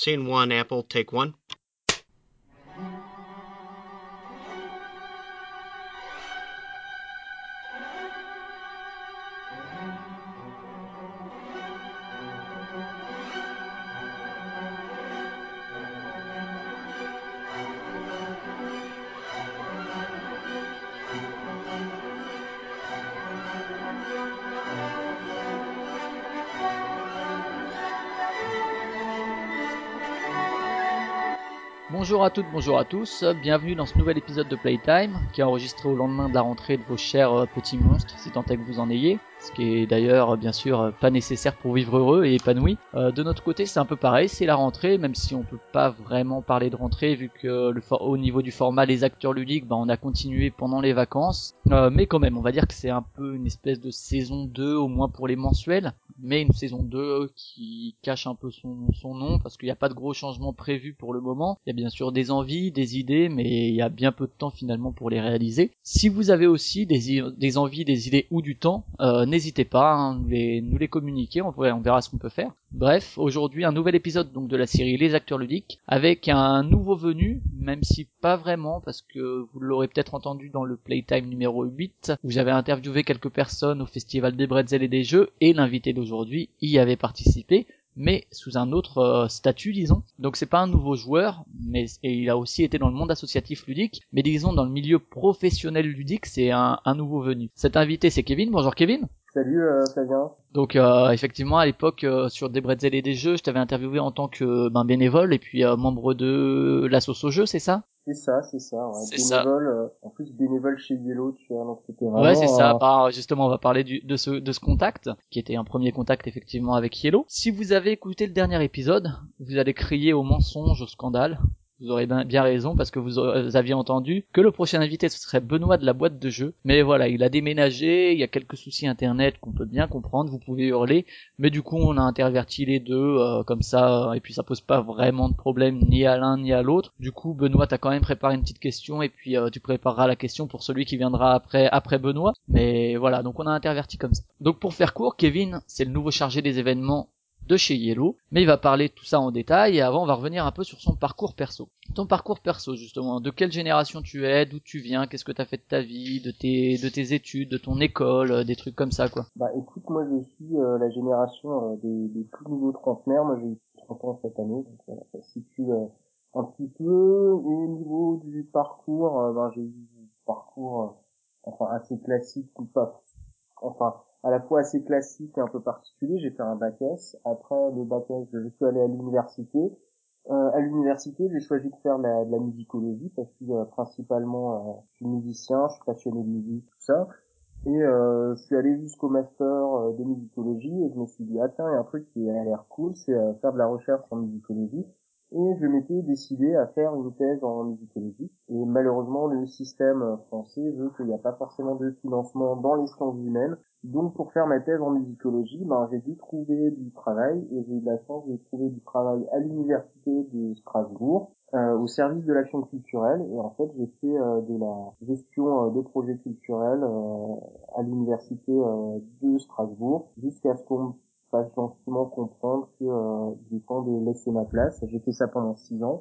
Scene 1, Apple, take 1. Bonjour à toutes, bonjour à tous, bienvenue dans ce nouvel épisode de Playtime qui est enregistré au lendemain de la rentrée de vos chers petits monstres, si tant est que vous en ayez, ce qui est d'ailleurs bien sûr pas nécessaire pour vivre heureux et épanoui. De notre côté c'est un peu pareil, c'est la rentrée, même si on peut pas vraiment parler de rentrée vu que au niveau du format les acteurs ludiques, on a continué pendant les vacances, mais quand même on va dire que c'est un peu une espèce de saison 2 au moins pour les mensuels, mais une saison 2 qui cache un peu son nom parce qu'il n'y a pas de gros changements prévus pour le moment. Il y a bien sûr des envies, des idées, mais il y a bien peu de temps finalement pour les réaliser. Si vous avez aussi des envies, des idées ou du temps, n'hésitez pas à nous les communiquer, on verra ce qu'on peut faire. Bref, aujourd'hui un nouvel épisode donc de la série Les Acteurs Ludiques avec un nouveau venu, même si pas vraiment parce que vous l'aurez peut-être entendu dans le Playtime numéro 8 où j'avais interviewé quelques personnes au Festival des Bretzels et des Jeux et l'invité d'aujourd'hui y avait participé, mais sous un autre statut disons. Donc c'est pas un nouveau joueur, et il a aussi été dans le monde associatif ludique, mais disons dans le milieu professionnel ludique c'est un nouveau venu. Cet invité c'est Kevin, bonjour Kevin. Salut Fabien. Donc effectivement à l'époque sur des bretzels et des jeux, je t'avais interviewé en tant que bénévole et puis membre de l'association jeu, c'est ça? C'est ça, ouais. C'est Bénévole, en plus bénévole chez Yellow, tu vois, donc c'était Ouais, c'est ça. vraiment... Justement, on va parler de ce contact, qui était un premier contact effectivement avec Yellow. Si vous avez écouté le dernier épisode, vous allez crier au mensonge, au scandale. Vous aurez bien raison parce que vous aviez entendu que le prochain invité ce serait Benoît de la boîte de jeu. Mais voilà, il a déménagé, il y a quelques soucis internet qu'on peut bien comprendre, vous pouvez hurler. Mais du coup, on a interverti les deux comme ça, et puis ça pose pas vraiment de problème ni à l'un ni à l'autre. Du coup, Benoît t'as quand même préparé une petite question et puis tu prépareras la question pour celui qui viendra après Benoît. Mais voilà, donc on a interverti comme ça. Donc pour faire court, Kevin, c'est le nouveau chargé des événements de chez Yellow, mais il va parler de tout ça en détail et avant on va revenir un peu sur son parcours perso. Ton parcours perso justement, de quelle génération tu es, d'où tu viens, qu'est-ce que t'as fait de ta vie, de tes études, de ton école, des trucs comme ça quoi. Bah écoute, moi je suis la génération des tout nouveaux trentenaires, moi j'ai eu 30 ans cette année, donc voilà, ça se situe un petit peu. Et au niveau du parcours, j'ai eu un parcours enfin assez classique ou pas, enfin à la fois assez classique et un peu particulier. J'ai fait un bac S, après le bac S je suis allé à l'université. À l'université, j'ai choisi de faire de la musicologie parce que principalement je suis musicien, je suis passionné de musique, tout ça. Et je suis allé jusqu'au master de musicologie et je me suis dit ah tiens, il y a un truc qui a l'air cool, c'est faire de la recherche en musicologie. Et je m'étais décidé à faire une thèse en musicologie. Et malheureusement, le système français veut qu'il n'y a pas forcément de financement dans les sciences humaines. Donc pour faire ma thèse en musicologie, j'ai dû trouver du travail et j'ai eu de la chance de trouver du travail à l'université de Strasbourg, au service de l'action culturelle. Et en fait, j'ai fait de la gestion de projets culturels à l'université de Strasbourg jusqu'à ce qu'on me fasse gentiment comprendre que il est temps de laisser ma place. J'ai fait ça pendant 6 ans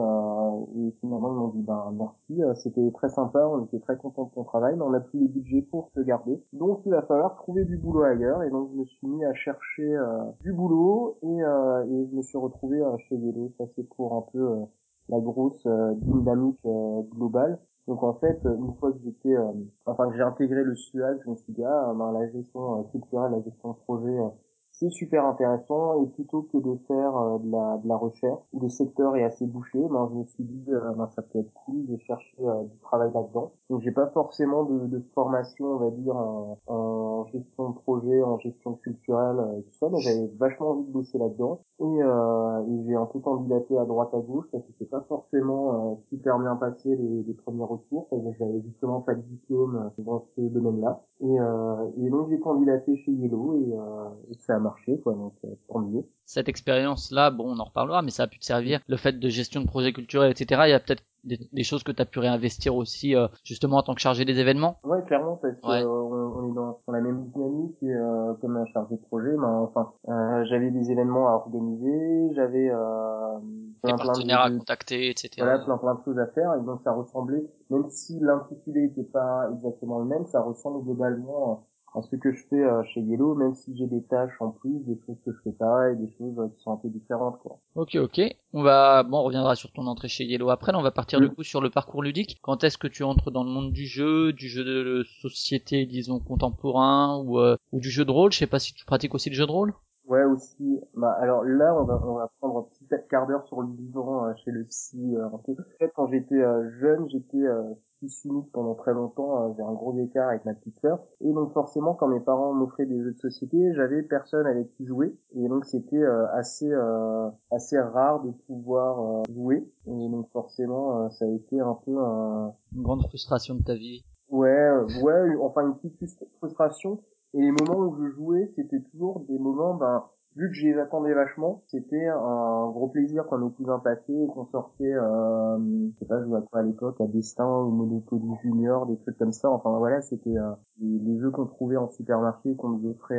et finalement ils m'ont dit merci, c'était très sympa, on était très contents de ton travail, mais on n'a plus les budgets pour te garder. Donc il va falloir trouver du boulot ailleurs et donc je me suis mis à chercher du boulot et je me suis retrouvé chez Yellow. Ça c'est pour un peu la grosse dynamique globale. Donc en fait, une fois que que j'ai intégré le SUAG, je me suis dit la gestion culturelle, la gestion de projet, c'est super intéressant et plutôt que de faire de la recherche où le secteur est assez bouché, je me suis dit ça peut être cool de chercher du travail là-dedans. Donc j'ai pas forcément de formation, on va dire, en gestion de projet, en gestion culturelle et tout ça, mais j'avais vachement envie de bosser là-dedans et j'ai un peu candidaté à droite à gauche, ça s'était pas forcément super bien passé les premiers retours, parce que j'avais justement pas de diplôme dans ce domaine-là. Et donc j'ai candidaté chez Yellow et ça a marché quoi, donc tant mieux. Cette expérience-là, bon, on en reparlera, mais ça a pu te servir. Le fait de gestion de projets culturels, etc. Il des choses que t'as pu réinvestir aussi justement en tant que chargé des événements? Ouais, clairement, parce que Ouais. on est dans la même dynamique et comme un chargé de projet, j'avais des événements à organiser, j'avais Des plein partenaires à de contacter, etc. voilà, plein de choses à faire, et donc ça ressemblait, même si l'intitulé était pas exactement le même, ça ressemble globalement à ce que je fais chez Yellow, même si j'ai des tâches en plus, des choses que je fais pas et des choses qui sont un peu différentes, quoi. Ok. On reviendra sur ton entrée chez Yellow après. Là, on va partir du coup sur le parcours ludique. Quand est-ce que tu entres dans le monde du jeu de société, disons contemporain, ou du jeu de rôle? Je sais pas si tu pratiques aussi le jeu de rôle. Ouais, aussi. Bah, alors là, on va prendre un petit quart d'heure sur le vivant chez le psy. Un peu. En fait, quand j'étais jeune, j'étais fils unique pendant très longtemps. J'ai un gros écart avec ma petite sœur. Et donc forcément, quand mes parents m'offraient des jeux de société, j'avais personne avec qui jouer. Et donc c'était assez rare de pouvoir jouer. Et donc forcément, ça a été un peu un Une grande frustration de ta vie. enfin une petite frustration. Et les moments où je jouais, c'était toujours des moments, vu que je les attendais vachement, c'était un gros plaisir quand nos cousins passaient et qu'on sortait, je sais pas, je jouais à quoi à l'époque, à Destin ou Monopoly Junior, des trucs comme ça. Enfin voilà, c'était les jeux qu'on trouvait en supermarché et qu'on nous offrait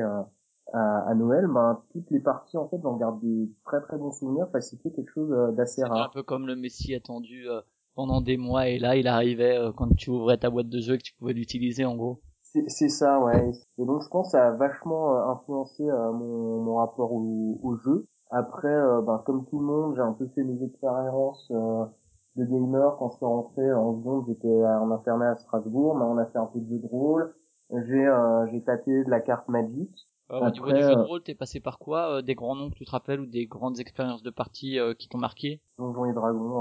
à Noël. Toutes les parties, en fait, j'en garde des très très bons souvenirs. Enfin, c'était quelque chose d'assez C'était un rare. peu comme le Messi attendu pendant des mois et là, il arrivait quand tu ouvrais ta boîte de jeux et que tu pouvais l'utiliser en gros. C'est ça, ouais. Et donc je pense que ça a vachement influencé mon rapport au jeu. Après, comme tout le monde, j'ai un peu fait mes expériences de gamer quand je suis rentré en seconde. J'étais en internat à Strasbourg, mais on a fait un peu de jeu de rôle. J'ai tâté de la carte Magic. Au niveau Après, du jeu de rôle, t'es passé par quoi? Des grands noms que tu te rappelles ou des grandes expériences de partie qui t'ont marqué? Donjons et Dragons,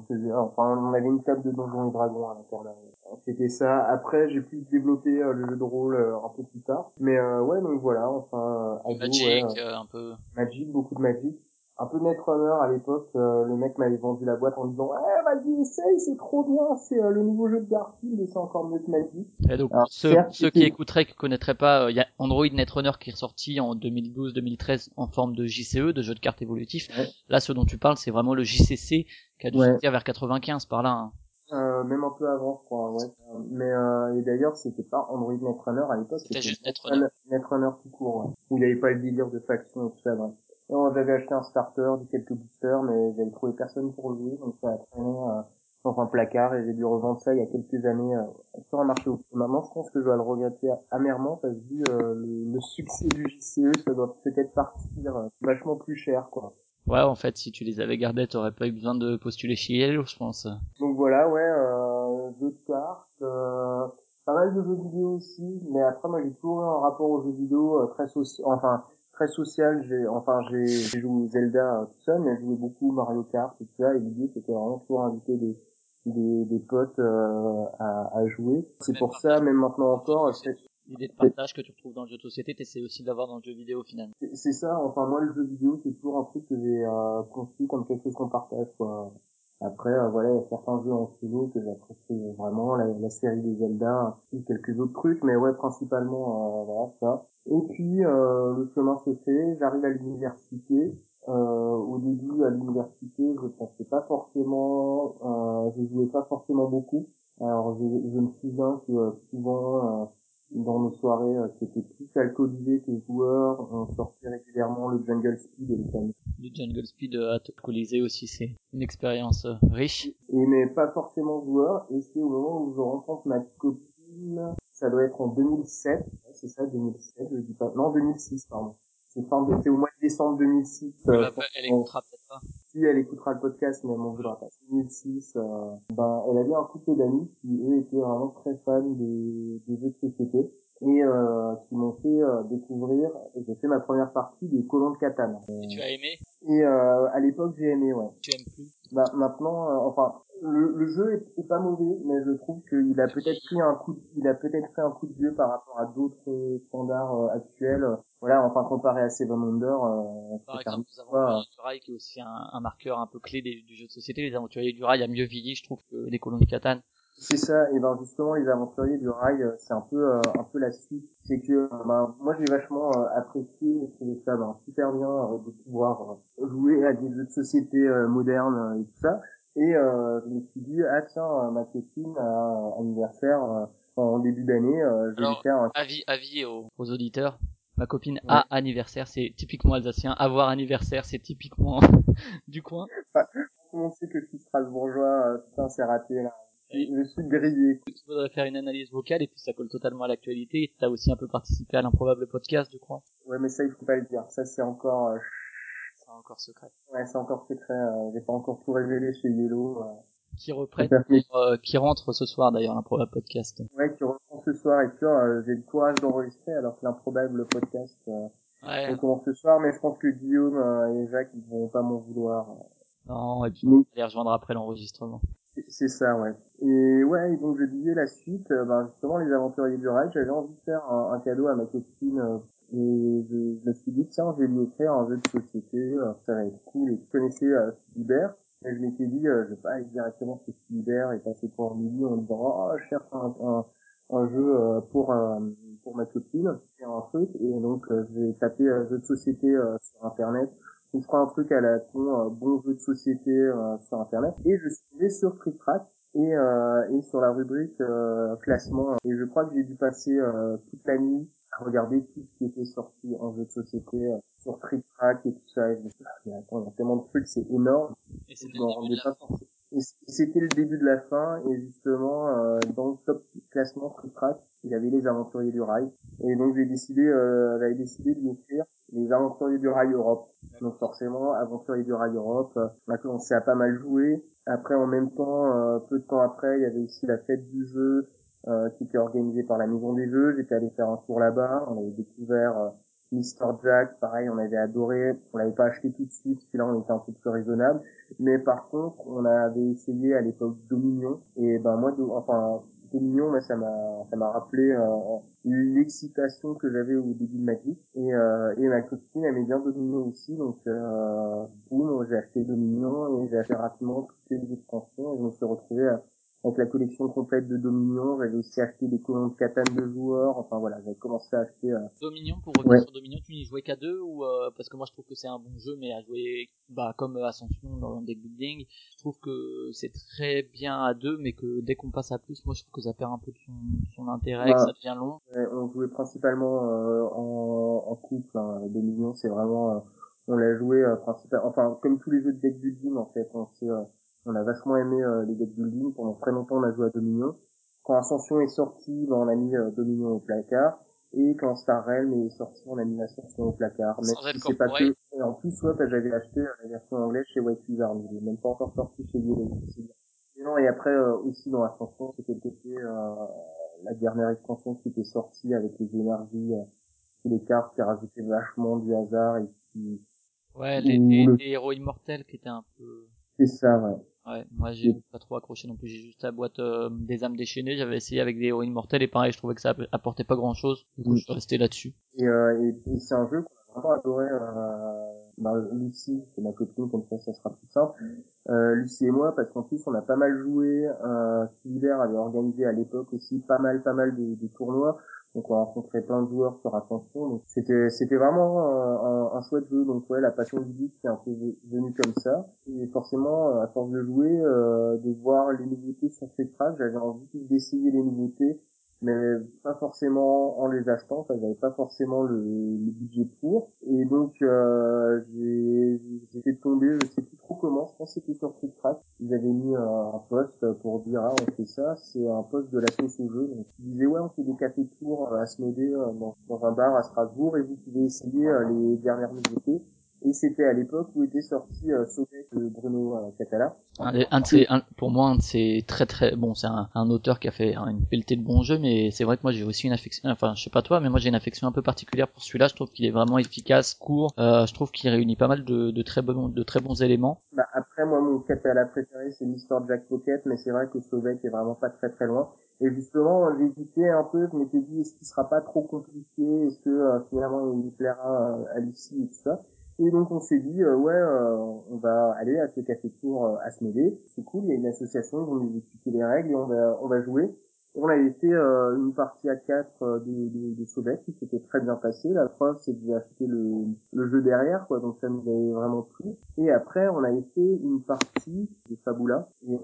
on avait une table de Donjons et Dragons à l'internat. C'était ça. Après, j'ai pu développer le jeu de rôle un peu plus tard. Mais ouais, donc voilà, Du ado, ouais, Magic, un peu. Magic, beaucoup de Magic. Un peu Netrunner à l'époque, le mec m'avait vendu la boîte en disant « vas-y, essaye, c'est trop bien, c'est le nouveau jeu de Garfield et c'est encore mieux que Magic. » Et donc pour Alors certes, ceux qui écouteraient, qui connaîtraient pas, il y a Android Netrunner qui est ressorti en 2012-2013 en forme de JCE, de jeu de cartes évolutif. ouais, Là, ce dont tu parles, c'est vraiment le JCC qui a dû ouais, sortir vers 95 par là. Hein. même un peu avant, je crois, ouais. Mais et d'ailleurs, c'était pas Android Netrunner à l'époque, C'était c'était juste Netrunner. Netrunner tout court, ouais. Où il n'y avait pas le délire de faction et tout ça, bref. Et on avait acheté un starter, quelques boosters, mais j'avais trouvé personne pour le jouer, donc ça a traîné dans un placard et j'ai dû revendre ça il y a quelques années sur un marché. Maintenant, je pense que je dois le regretter amèrement parce que vu le succès du JCE, ça doit peut-être partir vachement plus cher, quoi. Ouais, en fait, si tu les avais gardés, t'aurais pas eu besoin de postuler chez Yellow, je pense. Donc voilà, ouais, jeux de cartes, pas mal de jeux vidéo aussi, mais après moi j'ai toujours eu un rapport aux jeux vidéo très social. J'ai joué au Zelda tout ça, mais j'ai joué beaucoup Mario Kart et tout ça. Et l'idée c'était vraiment toujours inviter des potes à jouer. C'est Même pour ça, partage même maintenant dans le jeu de encore, société. L'idée de partage que tu retrouves dans le jeu de société, t'essaies aussi d'avoir dans le jeu vidéo finalement. c'est ça. Enfin moi le jeu vidéo c'est toujours un truc que j'ai conçu comme quelque chose qu'on partage, quoi. Après, voilà, il y a certains jeux en solo que j'apprécie vraiment, la série des Zelda et quelques autres trucs, mais ouais, principalement, voilà, ça. Et puis, le chemin se fait, j'arrive à l'université. Au début, à l'université, je pensais pas forcément, je jouais pas forcément beaucoup. Alors, je me souviens que souvent, dans nos soirées, c'était plus alcoolisé que joueur, on sortait régulièrement le Jungle Speed et les Du Jungle Speed à te alcooliser aussi, c'est une expérience riche. et mais pas forcément joueur, et c'est au moment où je rencontre ma copine, ça doit être en 2007, ouais, c'est ça, 2007, je dis pas, non, 2006, pardon. C'est au mois de décembre 2006, je pense, Elle écoutera peut-être pas. si elle écoutera le podcast, mais elle m'en voudra pas. 2006, elle avait un couple d'amis qui, eux, étaient vraiment très fans des jeux de société, et qui m'ont fait découvrir, et j'ai fait ma première partie des Colons de Catane. Et tu as aimé? Et à l'époque, j'ai aimé, ouais. Tu aimes plus? Maintenant, le jeu est pas mauvais, mais je trouve qu'il a peut-être pris il a peut-être pris un coup de vieux par rapport à d'autres standards actuels. Voilà, enfin comparé à Seven Wonders, Par c'est exemple, terminé, les Aventuriers quoi. du Rail, qui est aussi un marqueur un peu clé du jeu de société. Les Aventuriers du Rail a mieux vieilli, je trouve, que les Colons de Catane. C'est ça, et ben justement les aventuriers du rail, c'est un peu la suite. C'est que moi j'ai vachement apprécié et trouvé ça super bien de pouvoir jouer à des jeux de société modernes et tout ça. Et je me suis dit, ah tiens, ma copine a un anniversaire en début d'année, je vais lui Alors, faire un... avis aux auditeurs. Ma copine Ouais. a anniversaire, c'est typiquement alsacien. Avoir anniversaire, c'est typiquement du coin. Enfin, comment on sait que je suis strasbourgeois, putain, c'est raté là. Je suis grillé. Il faudrait faire une analyse vocale et puis ça colle totalement à l'actualité. T'as aussi un peu participé à l'improbable podcast, je crois. Ouais, mais ça, il faut pas le dire. Ça, c'est encore, C'est encore secret. ouais, c'est encore secret. J'ai pas encore tout révélé chez Yellow. Qui Je reprennent, préfère que qui rentre ce soir d'ailleurs, l'improbable podcast. ouais, qui reprend ce soir. Et puis, j'ai le courage d'enregistrer alors que l'improbable podcast, Ouais. on commence ce soir. Mais je pense que Guillaume et Jacques, ils vont pas m'en vouloir. Non, et puis on Mais va les rejoindre après l'enregistrement. c'est ça, ouais. Et ouais, et donc je disais la suite, justement les aventuriers du rail, j'avais envie de faire un cadeau à ma copine et je me suis dit tiens, je vais lui offrir un jeu de société, ça va être cool. Et je connaissais Philibert, et je m'étais dit je vais pas aller directement chez Philibert et passer pour Lily en disant oh je cherche un jeu pour ma copine, faire un truc et donc j'ai tapé jeu de société sur internet. On fera un truc à la con, bon jeu de société sur internet. Et je suis tombé sur Trick Track et sur la rubrique classement. Et je crois que j'ai dû passer toute la nuit à regarder tout ce qui était sorti en jeu de société sur Trick Track et tout ça. Et je me suis dit, ah, mais attends, il y a tellement de trucs, c'est énorme. Et Je c'était le m'en début de rendais la pas fin. compte. Et c'était le début de la fin. Et justement, dans le top classement Trick Track, il y avait les Aventuriers du Rail. Et donc j'avais décidé de l'offrir les Aventuriers du Rail Europe. Donc forcément, Aventuriers du Rail Europe, on a commencé à pas mal jouer. Après, en même temps, peu de temps après, il y avait aussi la fête du jeu qui était organisée par la Maison des Jeux. J'étais allé faire un tour là-bas. On avait découvert Mr. Jack, pareil, on avait adoré. On l'avait pas acheté tout de suite, parce que là, on était un peu plus raisonnable. Mais par contre, on avait essayé à l'époque Dominion. Et ben moi, Dominion, moi, ça m'a rappelé l'excitation que j'avais au début de ma vie. Et ma copine aimait bien Dominion aussi, donc boum, j'ai acheté Dominion et j'ai acheté rapidement toutes les extensions et je me suis retrouvé avec la collection complète de Dominion. J'avais aussi acheté des colons de Catan de joueurs. Enfin voilà, j'avais commencé à acheter. Dominion, pour revenir Ouais. sur Dominion, tu n'y jouais qu'à deux ou parce que moi je trouve que c'est un bon jeu, mais à jouer comme Ascension dans le deck building, je trouve que c'est très bien à deux, mais que dès qu'on passe à plus, moi je trouve que ça perd un peu de son intérêt, que ça Bah, devient long. on jouait principalement en couple. Hein. Dominion, c'est vraiment, on l'a joué enfin comme tous les jeux de deck building en fait. On a vachement aimé les deck building. Pendant très longtemps, on a joué à Dominion. Quand Ascension est sorti, on a mis Dominion au placard. Et quand Star Realm est sorti, on a mis Ascension au placard. Même Sans être si c'est pas corporate. que. Et en plus, ouais, j'avais acheté la version anglaise chez White Wizard. Il est même pas encore sorti chez Yellow. Et non, et après aussi dans Ascension, c'était le côté la dernière extension qui était sortie avec les énergies et les cartes qui rajoutaient vachement du hasard et qui Ouais, ou le les héros immortels qui étaient un peu... c'est ça, ouais. Ouais, moi j'ai Et, pas trop accroché non plus, j'ai juste la boîte des âmes déchaînées, j'avais essayé avec des héros immortels et pareil, je trouvais que ça apportait pas grand chose, du coup je suis resté là-dessus. et c'est un jeu qu'on a vraiment adoré. Lucie, c'est ma copine, comme ça sera plus simple. Lucie et moi, parce qu'en plus on a pas mal joué. Philibert avait organisé à l'époque aussi pas mal de tournois. Donc on a rencontré plein de joueurs sur Ascension. Donc c'était vraiment un chouette jeu. Donc ouais, la passion ludique c'est un peu venu comme ça. Et forcément, à force de jouer, de voir les nouveautés sur Spectral, j'avais envie d'essayer les nouveautés, mais pas forcément en les achetant. Enfin, j'avais pas forcément le budget pour. Et donc j'étais tombé, je sais plus trop comment. Je pense que c'était sur Trick ils avaient mis un post pour dire ah on fait ça, c'est un post de la sauce au jeu. Donc ils disaient ouais on fait des cafés tours à Smodé dans un bar à Strasbourg et vous pouvez essayer les dernières nouveautés. Et c'était à l'époque où était sorti Sobek de Bruno Catala. Que Pour moi, un de ces très très bon, c'est un auteur qui a fait une pelletée de bons jeux, mais c'est vrai que moi j'ai aussi une affection, enfin je sais pas toi, mais moi j'ai une affection un peu particulière pour celui-là. Je trouve qu'il est vraiment efficace, court. Je trouve qu'il réunit pas mal de très bons éléments. après moi mon Catala préféré c'est Mister Jack Pocket, mais c'est vrai que Sobek est vraiment pas très très loin. Et justement j'hésitais un peu, je m'étais dit est-ce qu'il sera pas trop compliqué, est-ce que finalement il plaira à Lucie et tout ça. Et donc on s'est dit on va aller à ce café tour à Smedé, c'est cool, il y a une association, ils vont nous expliquer les règles et on va jouer. On avait fait une partie à 4 de Sobek qui s'était très bien passé. La preuve, c'est que j'ai acheté le jeu derrière, quoi, donc ça nous avait vraiment plu. Et après, on avait fait une partie de Fabula et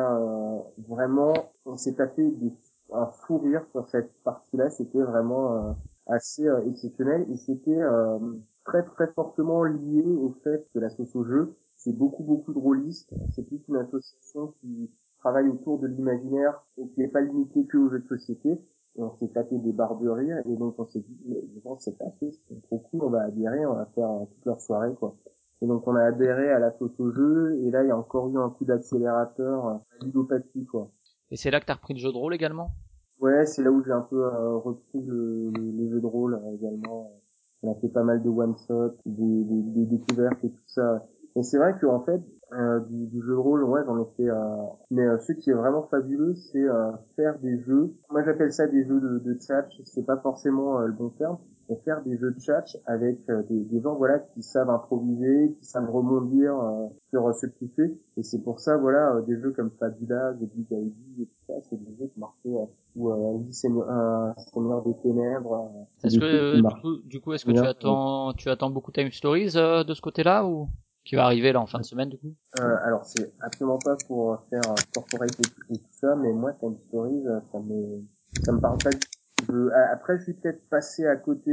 on s'est tapé un fou rire sur cette partie-là. C'était vraiment assez exceptionnel et c'était très très fortement lié au fait que la sauce au jeu, c'est beaucoup de rôlistes. C'est plus une association qui travaille autour de l'imaginaire et qui n'est pas limité que aux jeux de société. Et on s'est tapé des barres de rire et donc on s'est dit, mais les gens c'est passé, c'est trop cool, on va adhérer, on va faire toute leur soirée, quoi. Et donc on a adhéré à la sauce au jeu et là il y a encore eu un coup d'accélérateur, ludopathie, quoi. Et c'est là que t'as repris le jeu de rôle également? Ouais, c'est là où j'ai un peu repris le jeu de rôle également. On a fait pas mal de one-shot, des découvertes et tout ça. Et c'est vrai qu'en fait, du jeu de rôle, ouais, j'en ai fait. Mais ce qui est vraiment fabuleux, c'est faire des jeux. Moi, j'appelle ça des jeux de tchatch. C'est pas forcément le bon terme. Mais faire des jeux de tchatch avec des gens, voilà, qui savent improviser, qui savent rebondir sur ce que tu fais. Et c'est pour ça, voilà, des jeux comme Fabula, The Big ID et tout ça, c'est des jeux qui marchaient. Ou Seigneur des Ténèbres, c'est Est-ce des que trucs qui marchent du coup, est-ce que bien. tu attends beaucoup Time Stories de ce côté-là ou qui va arriver là en fin de semaine du coup? Alors c'est absolument pas pour faire corporate et tout ça, mais moi Time Stories, ça me parle pas. Après, je suis peut-être passé à côté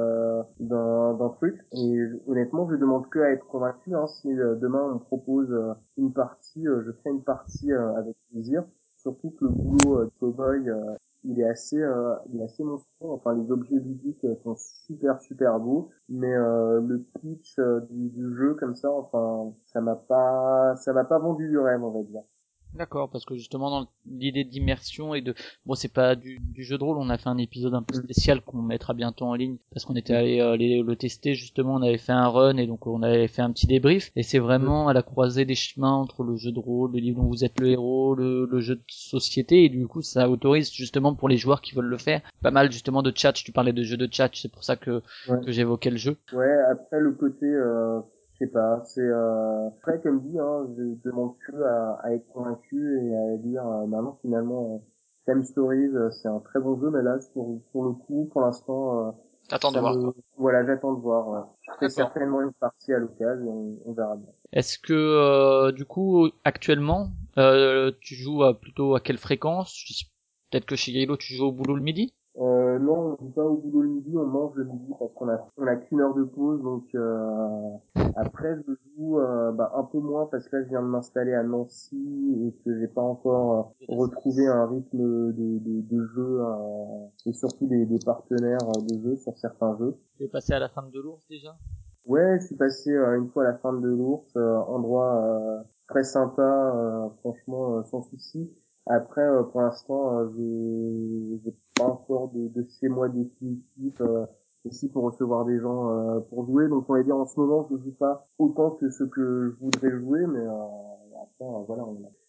d'un truc, et honnêtement, je demande que à être convaincu. Hein. Si demain on me propose une partie, je ferai une partie avec plaisir. Surtout que le boulot Cowboy, il est assez monstrueux. Enfin, les objets ludiques sont super beaux, mais le pitch du jeu comme ça, enfin, ça m'a pas vendu du rêve, on va dire. D'accord, parce que justement dans l'idée d'immersion et de bon c'est pas du jeu de rôle, on a fait un épisode un peu Mm. spécial qu'on mettra bientôt en ligne parce qu'on était allé le tester justement, on avait fait un run et donc on avait fait un petit débrief et c'est Mm. vraiment à la croisée des chemins entre le jeu de rôle, le livre dont vous êtes le héros, le jeu de société et du coup ça autorise justement pour les joueurs qui veulent le faire pas mal justement de chat, tu parlais de jeux de chat, c'est pour ça Ouais. que j'évoquais le jeu. Ouais, après le côté, je sais pas, c'est après comme dit, hein, je demande que à être convaincu et à dire, maintenant finalement, Time Stories, c'est un très bon jeu, mais là sur le coup, pour l'instant, T'attends de voir quoi. voilà, j'attends de voir. Ouais. Je ferai D'accord. certainement une partie à l'occasion, on verra bien. Est-ce que du coup actuellement tu joues plutôt à quelle fréquence? Peut-être que chez Yalo tu joues au boulot le midi? Non, on joue pas au boulot le midi, on mange le midi parce on a qu'une heure de pause, donc après je joue un peu moins parce que là je viens de m'installer à Nancy et que j'ai pas encore retrouvé un rythme de jeu et surtout des partenaires de jeu sur certains jeux. Tu es passé à la fin de l'ours déjà? Ouais, je suis passé une fois à la fin de l'ours, endroit très sympa, franchement sans souci. Après, pour l'instant, je j'ai pas encore de chez moi définitif aussi pour recevoir des gens pour jouer. Donc on va dire en ce moment, je joue pas autant que ce que je voudrais jouer, mais après voilà,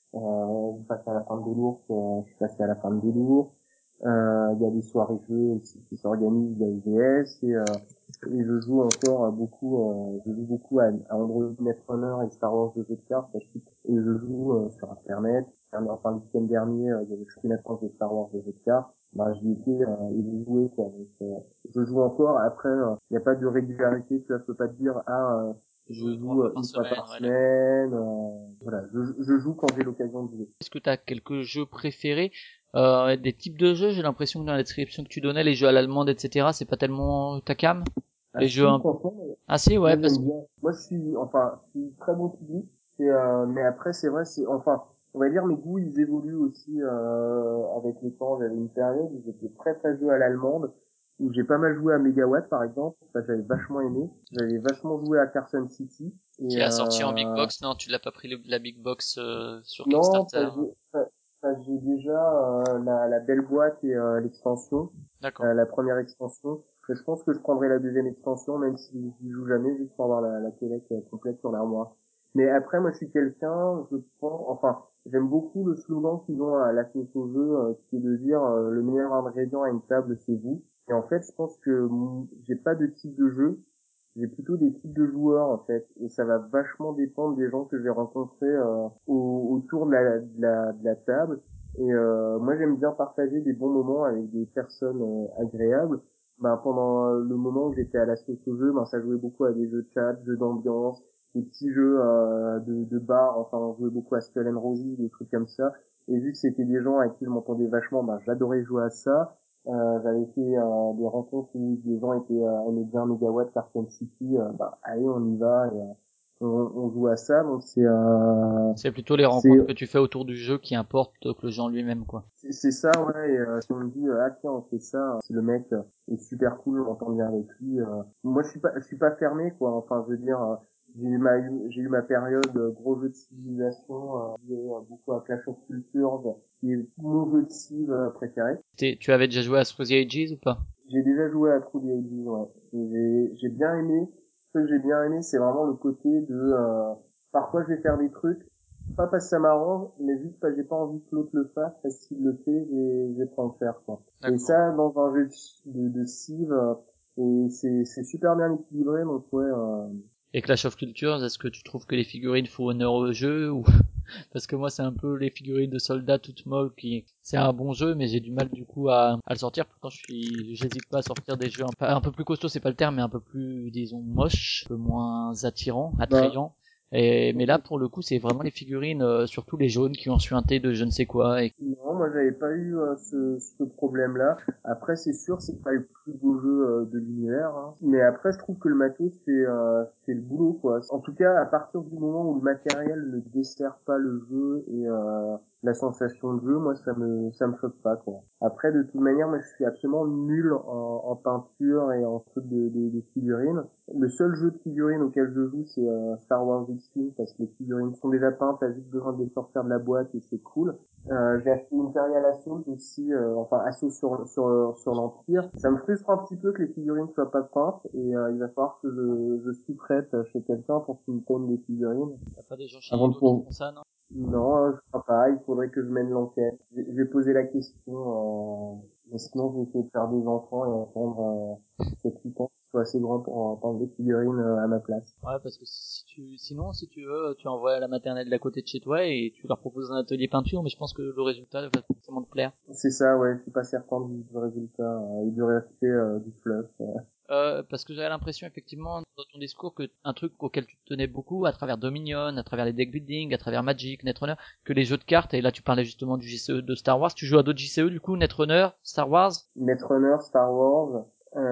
on passe à la fin de l'ours, je suis passé à la fin de l'ours. Il y a des soirées jeux aussi qui s'organisent via UVS et je joue encore je joue beaucoup à Android Netrunner et Star Wars de jeux de cartes et je joue sur internet. Enfin le week-end dernier, il y avait le championnat de France de Star Wars de jeux de cartes. J'y étais et j'y jouais quoi. Donc je joue encore. Après, il n'y a pas de régularité. Tu vois, je peux pas te dire Tu joues je trois joue fois par une fois semaine, par ouais, d'accord. semaine. Voilà, je joue quand j'ai l'occasion de jouer. Est-ce que tu as quelques jeux préférés? Des types de jeux, j'ai l'impression que dans la description que tu donnais, les jeux à l'allemande, etc., c'est pas tellement ta cam? Ah Les jeux si, un... franchement, Ah si, ouais, moi parce j'aime que... bien. Moi je suis très bon public. Mais après c'est vrai, on va dire mes goûts ils évoluent aussi avec le temps. J'avais une période où j'étais très jeu à l'allemande, où j'ai pas mal joué à Megawatt par exemple. Ça j'avais vachement aimé. J'avais vachement joué à Carson City. Qui a sorti en big box? Non, tu l'as pas pris la big box sur Non, Kickstarter. j'ai déjà la belle boîte et l'extension, D'accord. la première extension. Mais je pense que je prendrai la deuxième extension, même si je joue jamais, juste pour avoir la collecte complète sur l'armoire. Mais après, moi, je suis quelqu'un, je pense, enfin, j'aime beaucoup le slogan qu'ils ont à la sauce au jeu, qui est de dire le meilleur ingrédient à une table, c'est vous. Et en fait, je pense que j'ai pas de type de jeu, j'ai plutôt des types de joueurs en fait, et ça va vachement dépendre des gens que je vais rencontrer autour de la table. Et moi j'aime bien partager des bons moments avec des personnes agréables. Pendant le moment où j'étais à la sauce au jeu, ça jouait beaucoup à des jeux de chat, jeux d'ambiance, des petits jeux de bar. Enfin, on jouait beaucoup à Skull and Roses, des trucs comme ça. Et vu que c'était des gens avec qui je m'entendais vachement, j'adorais jouer à ça. J'avais fait des rencontres où des gens aimaient bien Megawatt, Cartoon City. Allez, on y va. Et, on joue à ça. Donc C'est plutôt les c'est rencontres que tu fais autour du jeu qui importent que le jeu en lui-même, quoi. c'est ça, ouais. Et, si on me dit ah tiens on fait ça, si le mec est super cool, on m'entend bien avec lui. Moi je suis pas fermé quoi. Enfin je veux dire, j'ai eu ma période gros jeu de civilisation, j'ai beaucoup à Clash of Cultures, qui est mon jeu de civ préféré. Tu avais déjà joué à Through the Ages ou pas? J'ai déjà joué à True the Ages, ouais. Et j'ai bien aimé. Ce que j'ai bien aimé, c'est vraiment le côté de parfois je vais faire des trucs, pas parce que ça m'arrange, mais juste parce que j'ai pas envie que l'autre le fasse, parce qu'il le fait, j'ai pas le faire, quoi. Et D'accord. ça, dans un jeu de Civ, et c'est super bien équilibré, donc ouais, Et Clash of Cultures, est-ce que tu trouves que les figurines font honneur au jeu ou parce que moi c'est un peu les figurines de soldats toutes molles qui c'est un bon jeu mais j'ai du mal du coup à le sortir. Pourtant j'hésite pas à sortir des jeux un peu plus costauds, c'est pas le terme, mais un peu plus disons moches, un peu moins bah, attrayants. Mais là pour le coup c'est vraiment les figurines, surtout les jaunes qui ont suinté de je ne sais quoi. Et non, moi j'avais pas eu ce problème-là. Après, c'est sûr, c'est pas le plus beau jeu de l'univers, hein. Mais après, je trouve que le matos c'est le boulot, quoi. En tout cas, à partir du moment où le matériel ne dessert pas le jeu et la sensation de jeu, moi ça me choque pas, quoi. Après, de toute manière, moi je suis absolument nul en peinture et en truc de figurines. Le seul jeu de figurines auquel je joue, c'est Star Wars X-Wing, parce que les figurines sont déjà peintes, t'as juste besoin de les sortir de la boîte et c'est cool. J'ai acheté Imperial Assault aussi, Assault sur l'Empire. Ça me frustre un petit peu que les figurines soient pas peintes et il va falloir que je sous-traite chez quelqu'un pour qu'il me peigne des figurines. t'as pas des gens chez Avant de Yellow qui pour... font ça, non? Non, je crois pas. Il faudrait que je mène l'enquête. Je vais poser la question. Mais sinon, je vais essayer de faire des enfants et attendre 7-8 ans qu'ils soient assez grands pour prendre des figurines à ma place. Ouais, parce que sinon, si tu veux, tu envoies à la maternelle d'à côté de chez toi et tu leur proposes un atelier peinture, mais je pense que le résultat va forcément te plaire. C'est ça, ouais. Je suis pas certain du résultat et du respect du fluff. Parce que j'avais l'impression effectivement dans ton discours que un truc auquel tu tenais beaucoup à travers Dominion, à travers les deck building, à travers Magic, Netrunner, que les jeux de cartes, et là tu parlais justement du JCE de Star Wars, tu joues à d'autres JCE du coup, Netrunner, Star Wars? Netrunner, Star Wars,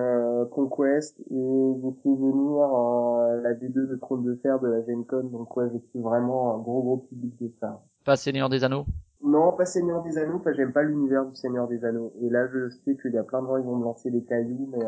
Conquest, et j'ai fait venir la V2 de Trône de Fer de la Gen Con, donc ouais, je suis vraiment un gros public de ça. Pas Seigneur des Anneaux? Non, pas Seigneur des Anneaux, parce que j'aime pas l'univers du Seigneur des Anneaux. Et là, je sais qu'il y a plein de gens qui vont me lancer des cailloux, mais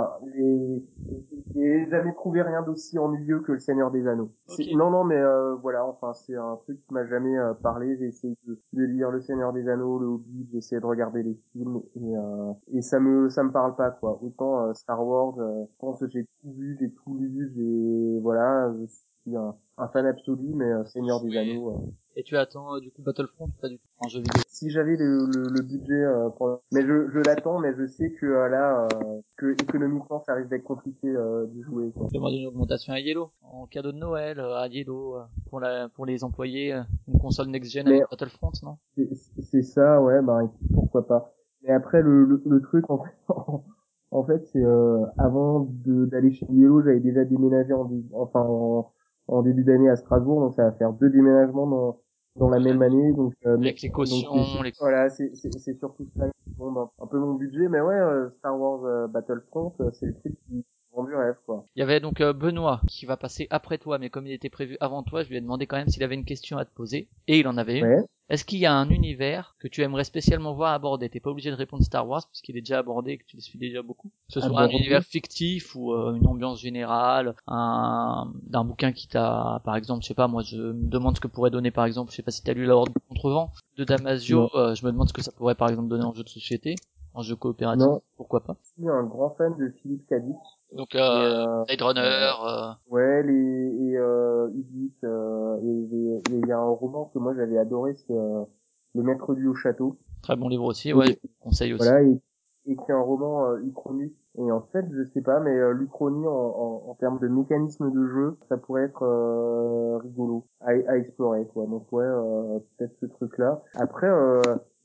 j'ai jamais trouvé rien d'aussi ennuyeux que le Seigneur des Anneaux. Ok. Non, mais voilà, enfin, c'est un truc qui m'a jamais parlé. J'ai essayé de lire le Seigneur des Anneaux, le Hobbit, j'ai essayé de regarder les films, et ça me parle pas, quoi. Autant Star Wars, je pense que j'ai tout vu, j'ai tout lu, voilà, je suis un fan absolu, mais Seigneur des Ouais. Anneaux. Et tu attends du coup Battlefront ou pas du tout en jeu vidéo? Si j'avais le budget mais je l'attends, mais je sais que que économiquement ça risque d'être compliqué de jouer, quoi. Je demande une augmentation à Yellow en cadeau de Noël à Yellow pour les employés, une console next-gen Mais avec Battlefront, non? c'est ça, ouais, pourquoi pas. Mais après le truc en fait, en fait c'est avant d'aller chez Yellow, j'avais déjà déménagé en début d'année à Strasbourg, donc ça va faire deux déménagements dans la même année, Avec les donc cautions, les... voilà, c'est surtout ça qui bombe un peu mon budget, mais ouais, Star Wars Battlefront, c'est le truc qui vend du rêve, quoi. Il y avait donc Benoît qui va passer après toi, mais comme il était prévu avant toi, je lui ai demandé quand même s'il avait une question à te poser, et il en avait une. Ouais. Est-ce qu'il y a un univers que tu aimerais spécialement voir abordé? T'es pas obligé de répondre Star Wars puisqu'il est déjà abordé et que tu le suis déjà beaucoup. Que ce soit un Abordé. univers fictif ou une ambiance générale, d'un bouquin qui t'a, par exemple, je sais pas, moi je me demande ce que pourrait donner par exemple, je sais pas si t'as lu La Horde du Contrevent de Damasio, Non. je me demande ce que ça pourrait par exemple donner en jeu de société, en jeu coopératif, Non. pourquoi pas. Je suis un grand fan de Philippe Cadic. Donc Et Blade Runner, ouais, Ulysse, et il y a un roman que moi j'avais adoré, c'est Le Maître du Haut Château. très bon livre aussi, ouais, je Et vous le conseille aussi. voilà, et qui est un roman uchronique. Et en fait, je sais pas, mais l'Uchronie en termes de mécanisme de jeu, ça pourrait être rigolo à explorer, quoi. Donc ouais, peut-être ce truc-là. Après,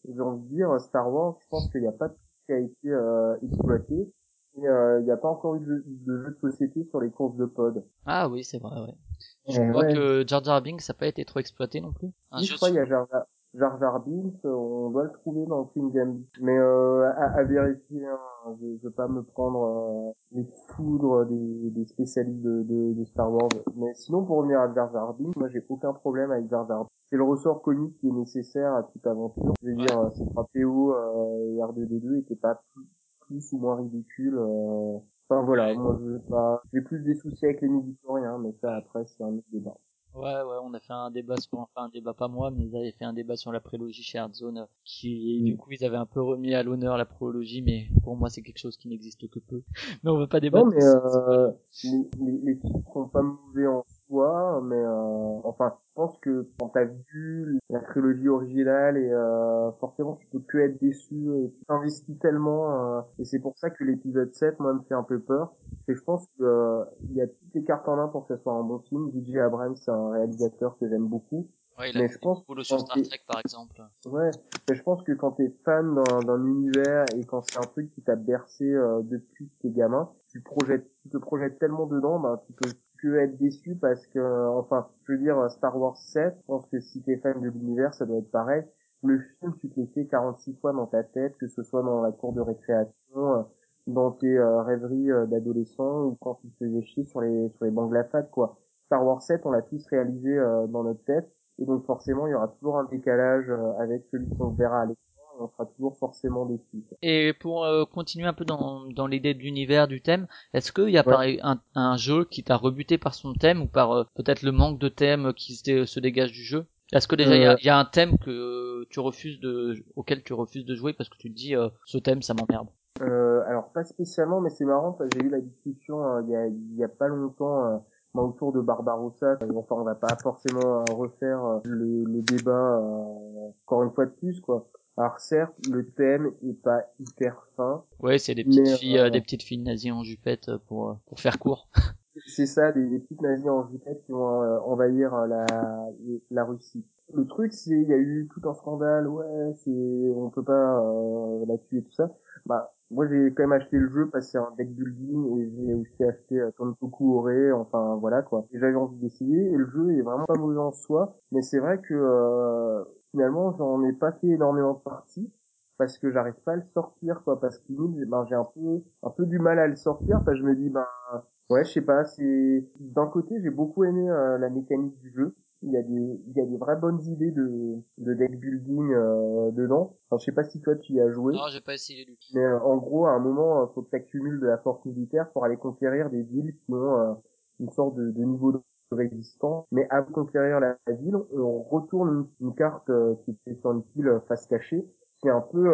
j'ai envie de dire, Star Wars, je pense qu'il n'y a pas tout qui a été exploité. Et il n'y a pas encore eu de jeu de société sur les courses de pod. Ah oui, c'est vrai, ouais. Je Et crois ouais, que Jar Jar Binks ça n'a pas été trop exploité non plus. Un si, je jeu crois, il y sur... a Jar Jar Binks, on doit le trouver dans Queen Game. Mais à vérifier, hein, je veux pas me prendre les foudres des spécialistes de Star Wars. Mais sinon, pour revenir à Jar Jar Binks, moi j'ai aucun problème avec Jar Jar Binks. C'est le ressort comique qui est nécessaire à toute aventure. Je veux Ouais. dire, ces trois PO et R2D2 étaient pas plus ou moins ridicules. Enfin voilà, moi je veux pas. J'ai plus des soucis avec les midi-chloriens, mais ça après c'est un autre débat. Ouais, ouais, on a fait un débat sur, enfin un débat pas moi, mais ils avaient fait un débat sur la prélogie chez Hearthstone, qui, du coup, ils avaient un peu remis à l'honneur la prélogie, mais pour moi, c'est quelque chose qui n'existe que peu. Mais on va pas Non, débattre mais dessus, les titres sont pas mauvais en soi, mais enfin, je pense que quand t'as vu la trilogie originale et forcément tu peux que être déçu et tu t'investis tellement et c'est pour ça que l'épisode 7 moi me fait un peu peur. Et je pense que il y a toutes les cartes en main pour que ce soit un bon film. J.J. Abrams c'est un réalisateur que j'aime beaucoup, Ouais, il a mais fait je des pense bons boulots sur quand Star Trek, par exemple. ouais, mais je pense que quand t'es fan d'un univers et quand c'est un truc qui t'a bercé depuis que t'es gamin, tu te projettes tellement dedans, ben tu peux que être déçu parce que, enfin, je veux dire Star Wars 7, je pense que si t'es fan de l'univers, ça doit être pareil. Le film, tu te l'es fait 46 fois dans ta tête, que ce soit dans la cour de récréation, dans tes rêveries d'adolescent ou quand tu te faisais chier sur les bancs de la fac, quoi. Star Wars 7, on l'a tous réalisé dans notre tête. Et donc forcément, il y aura toujours un décalage avec celui qu'on verra à l'écran et on sera toujours forcément déçu. Et pour continuer un peu dans l'idée de l'univers, du thème, est-ce qu'il y a Ouais. pareil un jeu qui t'a rebuté par son thème ou par peut-être le manque de thème qui se dégage du jeu? Est-ce que déjà Euh, il y a un thème auquel tu refuses de jouer parce que tu te dis ce thème ça m'emmerde? alors pas spécialement, mais c'est marrant parce que j'ai eu la discussion il y a pas longtemps autour de Barbarossa. Enfin, on va pas forcément refaire le débat encore une fois de plus, quoi. Alors certes, le thème est pas hyper fin, Ouais, c'est mais des petites filles nazies en jupette pour faire court. c'est ça, des petites nazis en jupette qui vont envahir la Russie. Le truc, c'est, il y a eu tout un scandale, ouais, on peut pas la tuer, tout ça. Bah, moi, j'ai quand même acheté le jeu parce que c'est un deck building et j'ai aussi acheté Tontoku Ore, enfin, voilà, quoi. Et j'avais envie d'essayer et le jeu est vraiment pas mauvais en soi, mais c'est vrai que, finalement, j'en ai pas fait énormément de parties parce que j'arrive pas à le sortir, quoi, parce que ben, j'ai un peu du mal à le sortir, parce que je me dis, ben, ouais, je sais pas, c'est d'un côté, j'ai beaucoup aimé la mécanique du jeu. Il y a des vraies bonnes idées de deck building dedans. Enfin, je sais pas si toi tu y as joué, Non, j'ai pas essayé du tout. mais en gros, à un moment, faut que tu accumules de la force militaire pour aller conquérir des villes qui ont une sorte de niveau de résistance. Mais avant de conquérir la ville, on retourne une carte qui était sur une pile face cachée, qui est un peu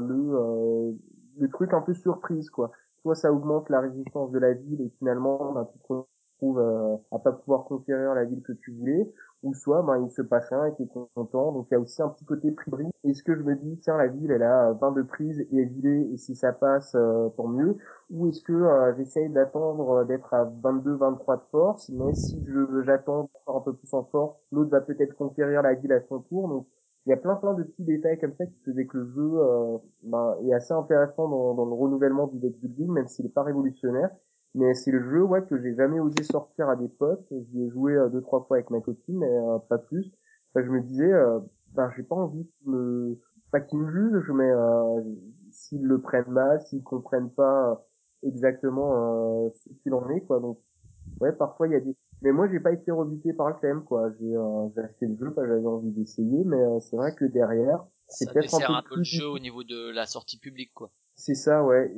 le truc un peu surprise, quoi. Soit ça augmente la résistance de la ville et finalement, ben, tu te retrouves à pas pouvoir conquérir la ville que tu voulais, ou soit ben, il se passe rien et t'es content. Donc il y a aussi un petit côté prix. Est-ce que je me dis, tiens, la ville, elle a 20 de prise et est vidée, et si ça passe, tant mieux. Ou est-ce que j'essaye d'attendre d'être à 22, 23 de force, mais si j'attends encore un peu plus en force, l'autre va peut-être conquérir la ville à son tour. Donc il y a plein de petits détails comme ça qui faisaient que le jeu ben, est assez intéressant dans le renouvellement du deck building, même s'il n'est pas révolutionnaire. Mais c'est le jeu ouais que j'ai jamais osé sortir à des potes. J'y ai joué deux trois fois avec ma copine, mais pas plus. Enfin, je me disais, ben j'ai pas envie pas qu'ils me jugent, mais s'ils le prennent mal, s'ils comprennent pas exactement ce qu'il en est, quoi. Donc ouais, parfois il y a des. Mais moi j'ai pas été rebuté par le thème, quoi. J'ai acheté le jeu, parce que j'avais envie d'essayer, mais c'est vrai que derrière c'est Ça peut-être un dessert peu un peu le plus jeu au niveau de la sortie publique, quoi. c'est ça, ouais.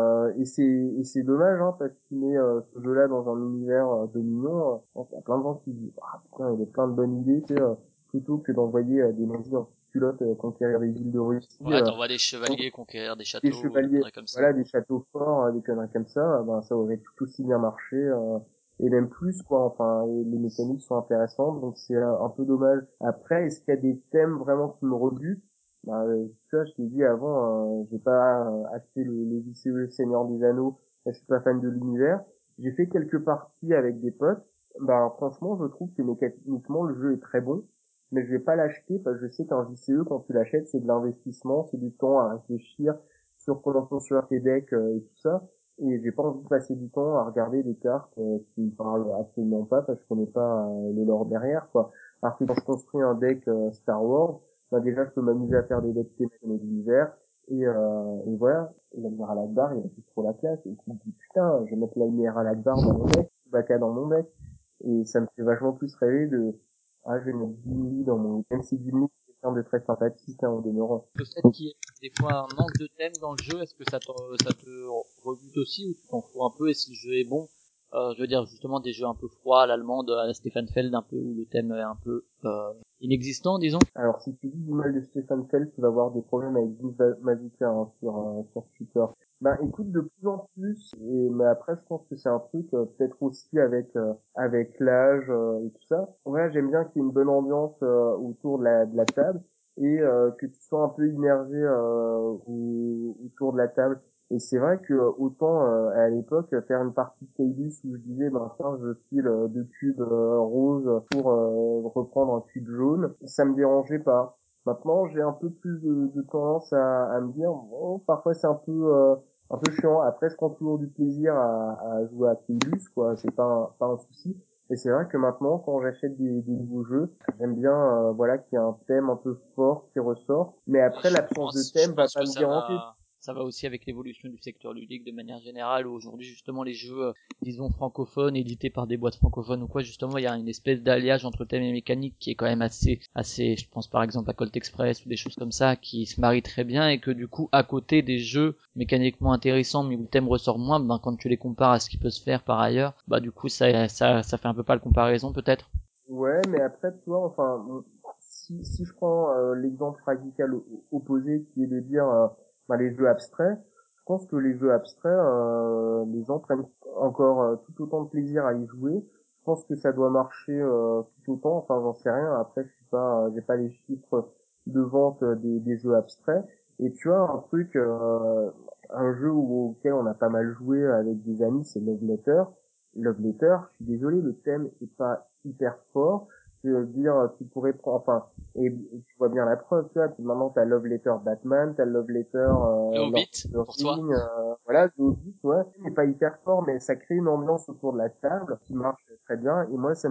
Et c'est dommage, hein, parce qu'il met ce jeu-là dans un univers de millions. Je pense qu'il y a plein de gens qui disent, ah putain, il y a plein de bonnes idées, tu sais, plutôt que d'envoyer des nazis en culotte conquérir des villes de Russie, Ouais, t'envoies des donc, chevaliers conquérir des des châteaux, des chevaliers, conneries comme ça. voilà, des châteaux forts, des conneries comme ça, ben ça aurait tout aussi bien marché, et même plus, quoi. Enfin, et les mécaniques sont intéressantes, donc c'est un peu dommage. Après, est-ce qu'il y a des thèmes vraiment qui me rebutent? Bah, tu vois, je t'ai dit avant, j'ai pas acheté le VCE Seigneur des Anneaux, je suis pas fan de l'univers. J'ai fait quelques parties avec des potes. Bah, franchement, je trouve que mécaniquement, le jeu est très bon. mais je vais pas l'acheter parce que je sais qu'un JCE, quand tu l'achètes, c'est de l'investissement, c'est du temps à réfléchir sur comment construire tes decks et tout ça. Et j'ai pas envie de passer du temps à regarder des cartes qui me parlent absolument pas parce que je connais pas le lore derrière, quoi. Alors que quand je construis un deck Star Wars, bah déjà je peux m'amuser à faire des decks thématiques de l'univers et voilà. Et l'admiral Akbar, il a plus trop la classe. Et je me dis putain, je vais mettre l'admiral Akbar dans mon deck, Chewbacca dans mon deck. Et ça me fait vachement plus rêver de je vais mettre Gimli dans mon, même si Gimli c'est quelqu'un de très sympathique en demeurant. Le fait qu'il y ait des fois un manque de thème dans le jeu, est-ce que ça te rebute aussi ou tu t'en fous un peu et si le jeu est bon, je veux dire justement des jeux un peu froids à l'allemande, à la Stefan Feld un peu où le thème est un peu inexistant disons. Alors si tu dis du mal de Stefan Feld, tu vas avoir des problèmes avec Vince Magica sur Twitter. Ben écoute, de plus en plus, mais après je pense que c'est un truc peut-être aussi avec l'âge et tout ça. Ouais, j'aime bien qu'il y ait une bonne ambiance autour de la table et que tu sois un peu immergé autour de la table. Et c'est vrai que autant à l'époque faire une partie de Caylus où je disais ben tiens je file deux cubes roses pour reprendre un cube jaune, ça me dérangeait pas. Maintenant j'ai un peu plus de tendance à me dire bon parfois c'est un peu chiant. Après je prends toujours du plaisir à jouer à Caylus quoi, c'est pas un souci. Et c'est vrai que maintenant quand j'achète des nouveaux jeux, j'aime bien voilà qu'il y ait un thème un peu fort qui ressort. Mais après l'absence de Je thème va pense pas que me déranger. ça va aussi avec l'évolution du secteur ludique de manière générale où aujourd'hui justement les jeux disons francophones édités par des boîtes francophones ou quoi justement il y a une espèce d'alliage entre thème et mécanique qui est quand même assez je pense par exemple à Colt Express ou des choses comme ça qui se marient très bien et que du coup à côté des jeux mécaniquement intéressants mais où le thème ressort moins ben quand tu les compares à ce qui peut se faire par ailleurs bah du coup ça fait un peu pas la comparaison peut-être. Ouais, mais après, tu vois, enfin, si je prends l'exemple radical opposé qui est de dire les jeux abstraits, je pense que les jeux abstraits, les gens prennent encore tout autant de plaisir à y jouer. Je pense que ça doit marcher tout autant. Enfin, j'en sais rien. Après, je suis pas, j'ai pas les chiffres de vente des jeux abstraits. Et tu vois, un jeu auquel on a pas mal joué avec des amis, c'est Love Letter. Love Letter, je suis désolé, le thème est pas hyper fort. Je veux dire, tu pourrais prendre, enfin, et tu vois bien la preuve, tu vois, puis maintenant t'as Love Letter Batman, t'as Love Letter Le Lord Hobbit of pour the toi. Ring, voilà, The Hobbit, ouais, il n'est pas hyper fort, mais ça crée une ambiance autour de la table qui marche très bien, et moi ça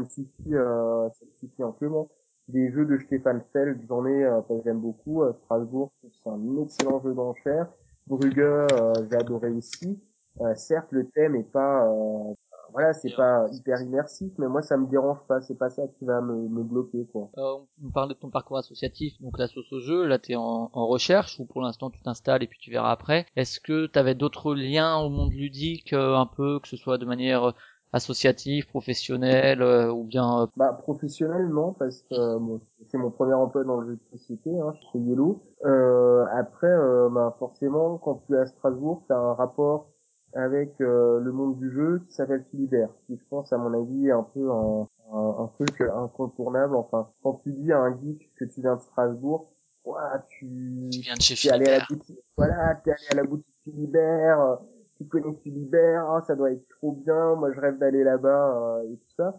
me suffit amplement. Des jeux de Stefan Feld, j'en ai, que j'aime beaucoup, Strasbourg, c'est un excellent jeu d'enchères. Brugge, j'ai adoré aussi. Certes, le thème est pas voilà, c'est pas hyper immersif, mais moi ça me dérange pas, c'est pas ça qui va me bloquer quoi. On parlait de ton parcours associatif, donc la sauce au jeu, là t'es en recherche ou pour l'instant tu t'installes et puis tu verras après. Est-ce que t'avais d'autres liens au monde ludique un peu, que ce soit de manière associative, professionnelle ou bien Bah professionnel non parce que bon, c'est mon premier emploi dans le jeu de société chez Yellow. Après bah forcément quand tu es à Strasbourg, tu as un rapport avec le monde du jeu qui s'appelle Philibert, qui je pense à mon avis est un peu un truc incontournable. Enfin, quand tu dis à un geek que tu viens de Strasbourg, ouah, tu viens de chez t'es allé à la Philibert. boutique, voilà, t'es allé à la boutique Philibert, tu connais Philibert, ah, ça doit être trop bien, moi je rêve d'aller là-bas et tout ça.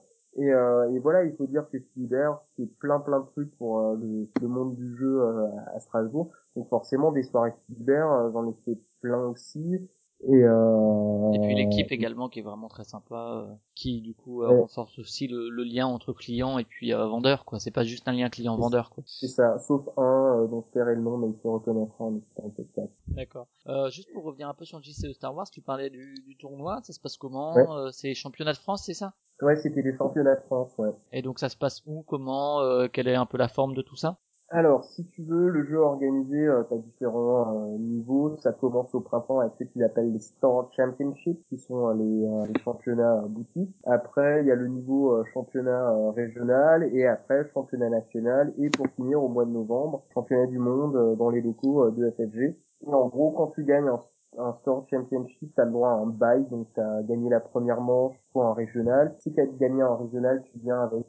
Et voilà, il faut dire que Philibert, c'est plein de trucs pour le monde du jeu à Strasbourg. Donc forcément, des soirées Philibert, j'en ai fait plein aussi. Et, Et puis euh, l'équipe également qui est vraiment très sympa, qui du coup et renforce aussi le lien entre client et puis vendeur quoi. C'est pas juste un lien c'est client-vendeur quoi. c'est ça, sauf un dont je tairai le nom, mais il se reconnaîtra en écoutant le podcast. D'accord. Juste pour revenir un peu sur le JCE Star Wars, tu parlais du tournoi, ça se passe Ouais, comment c'est championnat de France, c'est ça? ouais, c'était les championnats de France, ouais. Et donc ça se passe où, comment, quelle est un peu la forme de tout ça? Alors, si tu veux, le jeu organisé, t'as différents niveaux. Ça commence au printemps avec ce qu'ils appellent les Store Championships, qui sont les championnats boutiques. Après, il y a le niveau championnat régional, et après championnat national, et pour finir, au mois de novembre, championnat du monde dans les locaux de FFG. Et en gros, quand tu gagnes un Store Championship, t'as le droit à un bye, donc t'as gagné la première manche pour un régional. Si t'as gagné un régional, tu viens avec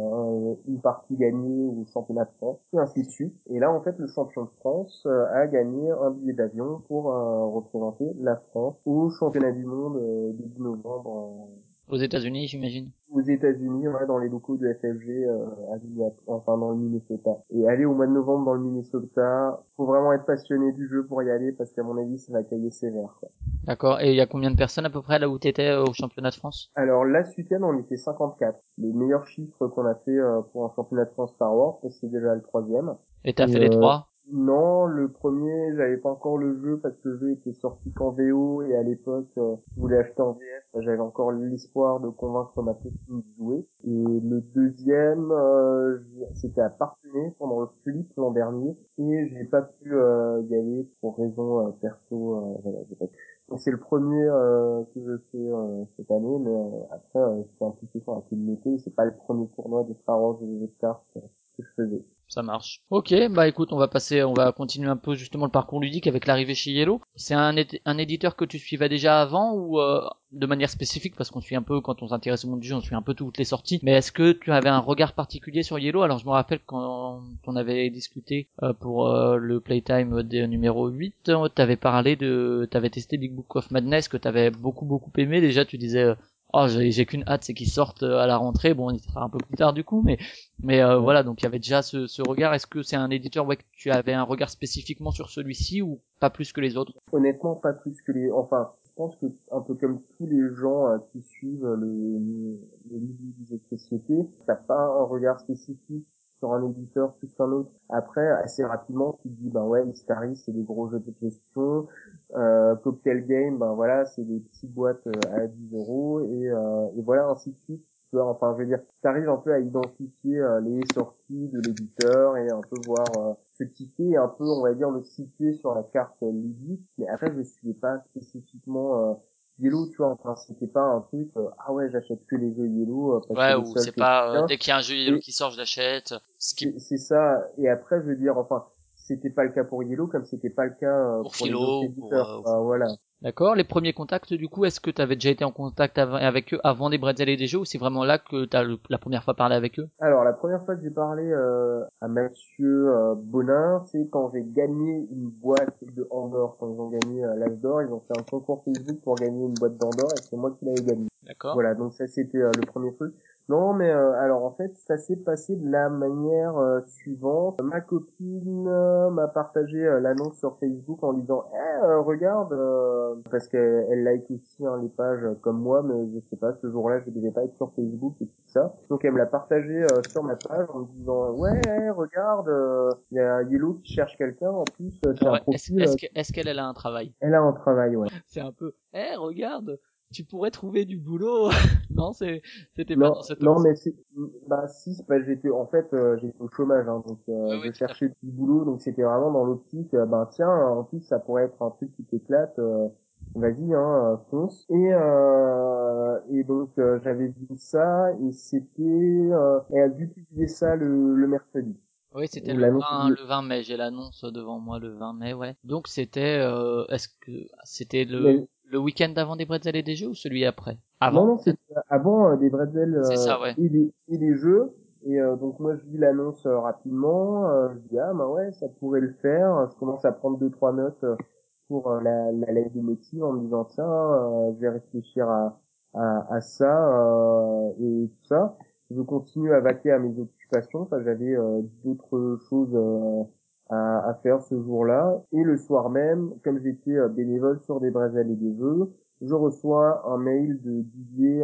une partie gagnée au championnat de France, et ainsi de suite. Et là, en fait, le champion de France a gagné un billet d'avion pour représenter la France au championnat du monde début novembre. Aux États-Unis, j'imagine. aux États-Unis, ouais, dans les locaux de FFG, à Minneapolis, enfin dans le Minnesota. Et aller au mois de novembre dans le Minnesota, faut vraiment être passionné du jeu pour y aller parce qu'à mon avis, ça va cailler sévère, quoi. D'accord. Et il y a combien de personnes à peu près là où t'étais au championnat de France? Alors là, ce week-end, on était 54. Les meilleurs chiffres qu'on a fait pour un championnat de France Star Wars, c'est déjà le troisième. Et t'as Et fait les trois? non, le premier, j'avais pas encore le jeu parce que le jeu était sorti qu'en VO et à l'époque, je voulais acheter en VF. J'avais encore l'espoir de convaincre ma copine de jouer. Et le deuxième, c'était à Parthenay pendant le flip l'an dernier et j'ai pas pu y aller pour raison perso. Voilà, j'ai pas pu. Donc c'est le premier que je fais cette année, mais après c'est impliqué sur la communauté. C'est pas le premier tournoi de Star Wars de jeux de cartes que je faisais. Ça marche. Ok, bah écoute, on va continuer un peu justement le parcours ludique avec l'arrivée chez Yellow. C'est un éditeur que tu suivais déjà avant ou de manière spécifique parce qu'on suit un peu quand on s'intéresse au monde du jeu, on suit un peu toutes les sorties. Mais est-ce que tu avais un regard particulier sur Yellow? Alors je me rappelle quand on avait discuté pour le Playtime des numéro 8, t'avais testé Big Book of Madness que t'avais beaucoup aimé. Déjà tu disais oh j'ai qu'une hâte, c'est qu'il sorte à la rentrée. Bon, il sera un peu plus tard du coup, mais Ouais. voilà, donc il y avait déjà ce regard. Est-ce que c'est un éditeur ouais, que tu avais un regard spécifiquement sur celui-ci ou pas plus que les autres? Honnêtement, pas plus que les. Enfin, je pense que un peu comme tous les gens qui suivent le milieu des jeux de société, t'as pas un regard spécifique sur un éditeur plus qu'un autre. Après, assez rapidement, tu te dis, ben ouais, Istari, c'est des gros jeux de gestion. Cocktail Game, ben voilà, c'est des petites boîtes à 10 euros et voilà, ainsi de suite. Tu vois, enfin, je veux dire, tu arrives un peu à identifier les sorties de l'éditeur et un peu voir ce qui fait un peu, on va dire, le situer sur la carte ludique. Mais après, je suis pas spécifiquement Yellow, tu vois, enfin, c'était pas un truc, ah ouais, j'achète que les jeux Yellow parce que Ouais, c'est les ou seuls c'est que je pas tiens. dès qu'il y a un jeu Yellow Et qui sort, je l'achète. Ce qui c'est ça. Et après, je veux dire, enfin, c'était pas le cas pour Yellow comme c'était pas le cas pour pour les autres Philo, éditeurs. pour Voilà. D'accord. Les premiers contacts, du coup, est-ce que tu avais déjà été en contact avec eux avant des bretzels et des jeux ou c'est vraiment là que t'as la première fois parlé avec eux? Alors, la première fois que j'ai parlé à Mathieu Bonin, c'est quand j'ai gagné une boîte de Andorre. Quand ils ont gagné l'As d'Or, ils ont fait un concours Facebook pour gagner une boîte d'Andorre et c'est moi qui l'avais gagné. D'accord. Voilà, donc ça c'était le premier truc. Non, mais alors en fait, ça s'est passé de la manière suivante. Ma copine m'a partagé l'annonce sur Facebook en disant regarde, parce qu'elle elle like aussi les pages comme moi, mais je sais pas, ce jour-là, je devais pas être sur Facebook et tout ça. Donc elle me l'a partagé sur ma page en me disant ouais, regarde, il y a Yellow qui cherche quelqu'un. En plus, c'est un Alors, profil. est-ce qu'elle elle a un travail? Elle a un travail, ouais. C'est un peu, regarde, tu pourrais trouver du boulot. Non, c'était pas Non, dans cette non, optique. mais bah si, c'est pas, j'étais, en fait, j'étais au chômage, donc Oui, oui, je tout à cherchais fait. du boulot, donc c'était vraiment dans l'optique, ben tiens, en plus ça pourrait être un truc qui t'éclate, vas-y, fonce. Et donc j'avais vu ça, et c'était, elle a dû publier ça le mercredi, Oui, c'était ou l'annonce. le 20 mai. J'ai l'annonce devant moi le 20 mai, ouais. Donc c'était, est-ce que c'était le week-end d'avant des bretzels et des jeux ou celui après? Non, Avant, non, peut-être? c'était avant des bretzels C'est ça, ouais. et des jeux. Et donc moi je lis l'annonce rapidement, je dis ah bah ouais ça pourrait le faire. Je commence à prendre deux trois notes pour la lettre de motive en me disant tiens je vais réfléchir à ça et tout ça. Je continue à vaquer à mes occupations. Enfin j'avais d'autres choses à faire ce jour-là. Et le soir même, comme j'étais bénévole sur des bretzels et des jeux, je reçois un mail de Didier,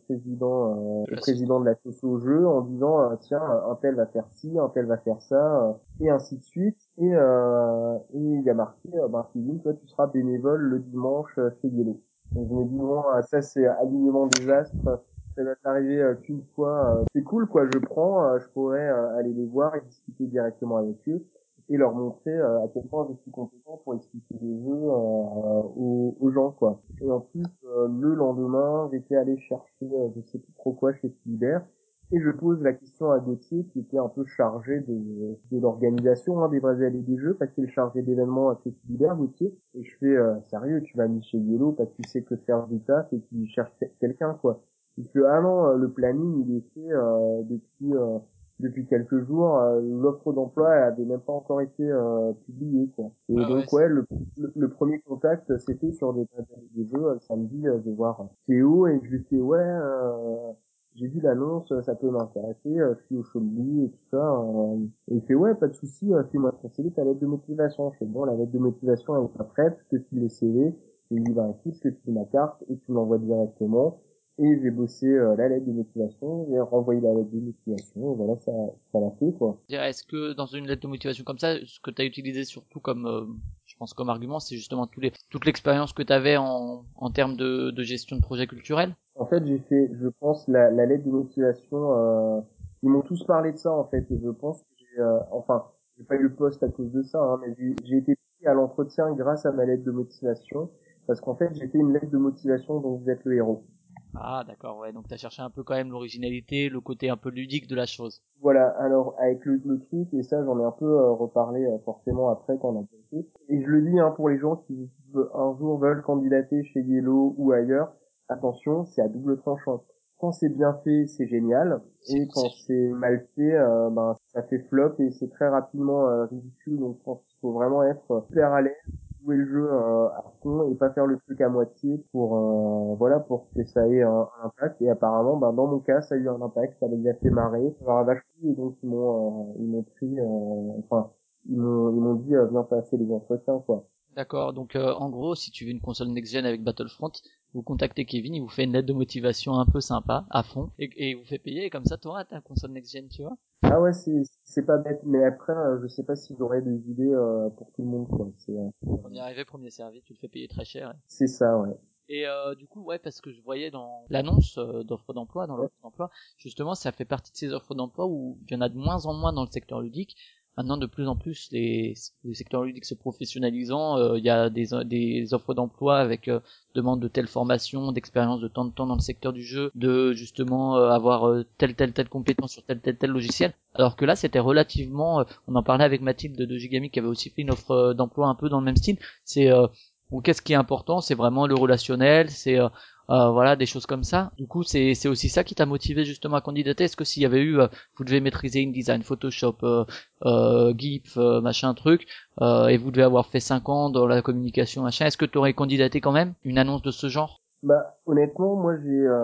De le la sauce. président de la sauce au jeu, en disant tiens, un tel va faire ci, un tel va faire ça, et ainsi de suite. Et il y a marqué, ben Kevin, toi tu seras bénévole le dimanche chez Yellow. Donc je me dis bon, ça c'est alignement des astres. Ça va t'arriver qu'une fois. C'est cool quoi, je prends, je pourrais aller les voir et discuter directement avec eux et leur montrer à quel point je suis compétent pour expliquer les jeux aux gens quoi. Et en plus le lendemain j'étais allé chercher je sais plus trop quoi chez Philibert et je pose la question à Gauthier qui était un peu chargé de l'organisation des vrais allées des jeux parce qu'il est chargé d'événements à chez Philibert Gauthier et je fais sérieux tu m'as mis chez Yellow parce que tu sais que faire du taf et tu cherches quelqu'un quoi. Il fait ah non le planning il est fait depuis depuis quelques jours, l'offre d'emploi elle avait même pas encore été publiée quoi. Et Ah ouais, donc ouais, le premier contact c'était sur des jeux. Le samedi, je vais voir Théo et je lui fais ouais, j'ai vu l'annonce, ça peut m'intéresser, je suis au chaud de lui et tout ça. Et il fait ouais, pas de souci, fais-moi ton CV, ta lettre de motivation. Je fais bon, la lettre de motivation elle est pas prête, je te file les CV. Et il dit bah écoute, je te file ma carte et tu m'envoies directement. Et j'ai bossé la lettre de motivation, j'ai renvoyé la lettre de motivation, et voilà, ça l'a fait, quoi. est-ce que dans une lettre de motivation comme ça, ce que tu as utilisé surtout comme, je pense comme argument, c'est justement toute l'expérience que tu avais en termes de gestion de projet culturel? En fait, j'ai fait, je pense, la lettre de motivation, ils m'ont tous parlé de ça, en fait, et je pense que enfin, j'ai pas eu le poste à cause de ça, hein, mais j'ai été pris à l'entretien grâce à ma lettre de motivation, parce qu'en fait, j'ai fait une lettre de motivation dont vous êtes le héros. Ah d'accord, ouais, donc t'as cherché un peu quand même l'originalité, le côté un peu ludique de la chose. Voilà, alors avec le truc, et ça j'en ai un peu reparlé forcément après quand on a bossé, et je le dis hein, pour les gens qui un jour veulent candidater chez Yellow ou ailleurs, attention, c'est à double tranchant. Quand c'est bien fait, c'est génial, et quand c'est mal fait, ben ça fait flop et c'est très rapidement ridicule, donc je pense qu'il faut vraiment être super à l'aise, jouer le jeu à fond et pas faire le truc à moitié pour voilà pour que ça ait un impact. Et apparemment ben dans mon cas ça a eu un impact, ça les a fait marrer, ça leur a vachement plu, et donc ils m'ont pris enfin ils m'ont dit viens passer les entretiens quoi. D'accord, donc en gros, si tu veux une console next-gen avec Battlefront, vous contactez Kevin, il vous fait une lettre de motivation un peu sympa, à fond, et il vous fait payer, et comme ça, t'auras ta console next-gen, tu vois. Ah ouais c'est pas bête, mais après je sais pas s'ils auraient des idées pour tout le monde quoi. Premier arrivé, premier servi, tu le fais payer très cher. C'est ça ouais. Et du coup, ouais, parce que je voyais dans l'annonce d'offre d'emploi, dans Ouais. l'offre d'emploi, justement, ça fait partie de ces offres d'emploi où il y en a de moins en moins dans le secteur ludique. Maintenant, de plus en plus, les secteurs ludiques se professionnalisant, il y a des offres d'emploi avec demande de telle formation, d'expérience de tant de temps dans le secteur du jeu, de justement avoir telle compétence sur tel logiciel. Alors que là, c'était relativement, on en parlait avec Mathilde de Gigami qui avait aussi fait une offre d'emploi un peu dans le même style. C'est donc qu'est-ce qui est important, c'est vraiment le relationnel, c'est voilà des choses comme ça. Du coup, c'est aussi ça qui t'a motivé justement à candidater. Est-ce que s'il y avait eu, vous devez maîtriser InDesign, Photoshop, GIMP, machin truc, et vous devez avoir fait 5 ans dans la communication machin, est-ce que tu aurais candidaté quand même une annonce de ce genre? Bah honnêtement, moi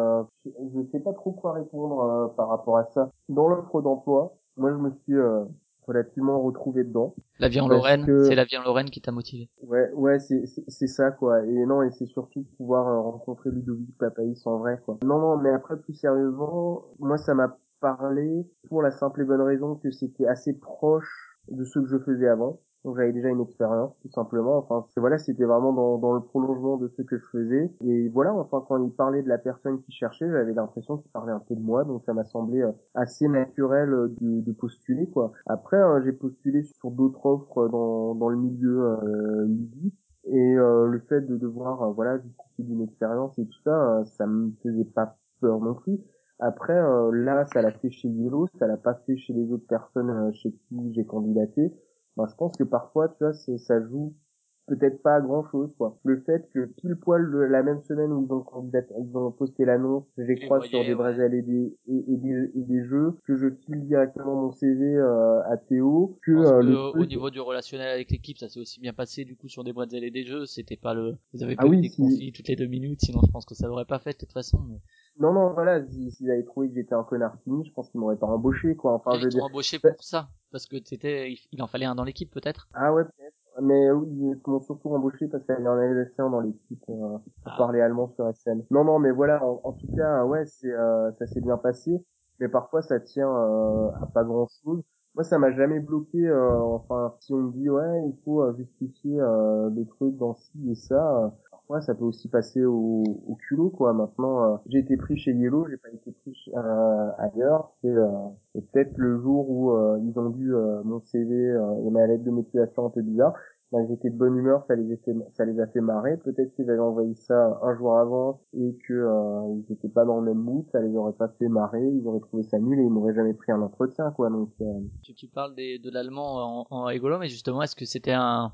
je sais pas trop quoi répondre par rapport à ça. Dans l'offre d'emploi, moi je me suis relativement retrouvé dedans La vie en parce Lorraine, c'est que la vie en Lorraine qui t'a motivé. ouais c'est ça quoi. Et non, et c'est surtout pouvoir rencontrer Ludovic Papaïs en vrai quoi. Non non, mais après plus sérieusement, moi ça m'a parlé pour la simple et bonne raison que c'était assez proche de ce que je faisais avant. Donc j'avais déjà une expérience tout simplement. Enfin voilà, c'était vraiment dans le prolongement de ce que je faisais. Et voilà, enfin quand il parlait de la personne qui cherchait, j'avais l'impression qu'il parlait un peu de moi, donc ça m'a semblé assez naturel de postuler quoi. Après j'ai postulé sur d'autres offres dans le milieu ludique. Et le fait de devoir voilà justifier d'une expérience et tout ça, ça me faisait pas peur non plus. Après là, ça l'a fait chez Yellow, ça l'a pas fait chez les autres personnes chez qui j'ai candidaté. Ben, je pense que parfois, tu vois, ça joue peut-être pas à grand chose, quoi. Le fait que pile poil la même semaine où ils ont posté l'annonce, j'ai Tu les crois sur voyais, des ouais. vrais LED et des jeux, que je file directement mon CV à Théo, que Je pense que le au truc, niveau du relationnel avec l'équipe, ça s'est aussi bien passé du coup sur des bretelles et des jeux. C'était pas vous avez ah pas eu oui, des si, conflits toutes les 2 minutes, sinon je pense que ça l'aurait pas fait de toute façon. Mais non, non, voilà, s'ils avaient trouvé que j'étais un connard fini, je pense qu'ils m'auraient pas embauché, quoi. Enfin, là, je ils veux t'ont dire, embauché pour ça parce que il en fallait un dans l'équipe peut-être. ah ouais, peut-être. Mais oui, ils m'ont surtout embauché parce qu'il y avait un Alsacien dans l'équipe pour Ah, parler allemand sur SN. Non, non, mais voilà, en tout cas, ouais, ça s'est bien passé. Mais parfois, ça tient à pas grand-chose. Moi, ça m'a jamais bloqué. Enfin, si on me dit, ouais, il faut justifier des trucs dans ci et ça, parfois, ça peut aussi passer au culot, quoi. Maintenant, j'ai été pris chez Yellow, j'ai pas été pris ailleurs. C'est peut-être le jour où ils ont vu mon CV et ma lettre de motivation un peu bizarre. Ben, j'étais de bonne humeur, ça les a fait marrer. Peut-être qu'ils avaient envoyé ça un jour avant et que ils étaient pas dans le même mood, ça les aurait pas fait marrer, ils auraient trouvé ça nul et ils m'auraient jamais pris un entretien, quoi. Donc tu parles de l'allemand en rigolo, mais justement, est-ce que c'était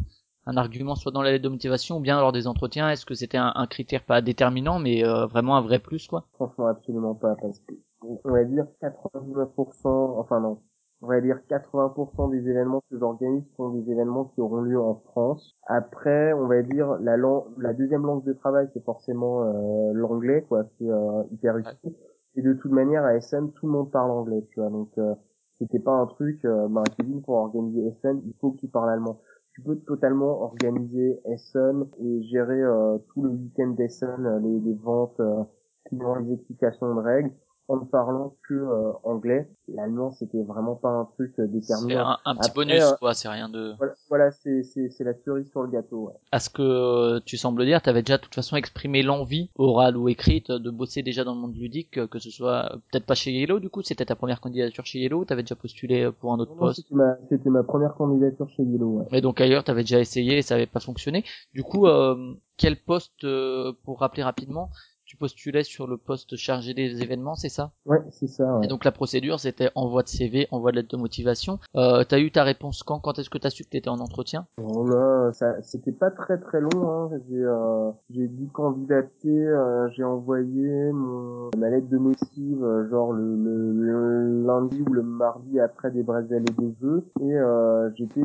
un argument soit dans la lettre de motivation ou bien lors des entretiens? Est-ce que c'était un critère pas déterminant, mais vraiment un vrai plus quoi? franchement, absolument pas, parce que on va dire 99%, enfin non, on va dire 80% des événements que j'organise sont des événements qui auront lieu en France. Après, on va dire la deuxième langue de travail, c'est forcément l'anglais, quoi, c'est hyper Ouais. utile. Et de toute manière, à Essen, tout le monde parle anglais, tu vois, donc c'était pas un truc, Kevin, pour organiser Essen, il faut que tu parles allemand. Tu peux totalement organiser Essen et gérer tout le week-end d'Essen, les ventes, clients, les explications de règles, en ne parlant que anglais. L'allemand, c'était vraiment pas un truc C'est déterminant. un petit Après, bonus, quoi, c'est rien de... voilà, c'est la cerise sur le gâteau. Ouais. À ce que tu sembles dire, tu avais déjà de toute façon exprimé l'envie, orale ou écrite, de bosser déjà dans le monde ludique, que ce soit peut-être pas chez Yellow du coup, c'était ta première candidature chez Yellow, ou t'avais déjà postulé pour un autre Non, poste. c'était ma première candidature chez Yellow. Ouais. Et donc ailleurs, t'avais déjà essayé et ça avait pas fonctionné. Du coup, quel poste, pour rappeler rapidement, tu postulais sur le poste chargé des événements, c'est ça? Ouais, c'est ça. Et Ouais. donc la procédure, c'était envoi de CV, envoi de lettre de motivation. T'as eu ta réponse quand? Quand est-ce que t'as su que t'étais en entretien? Bon, là, ça, c'était pas très long. Hein. J'ai dû candidater. J'ai envoyé ma lettre de motive, genre le lundi ou le mardi après des Bretzel et des œufs. Et j'étais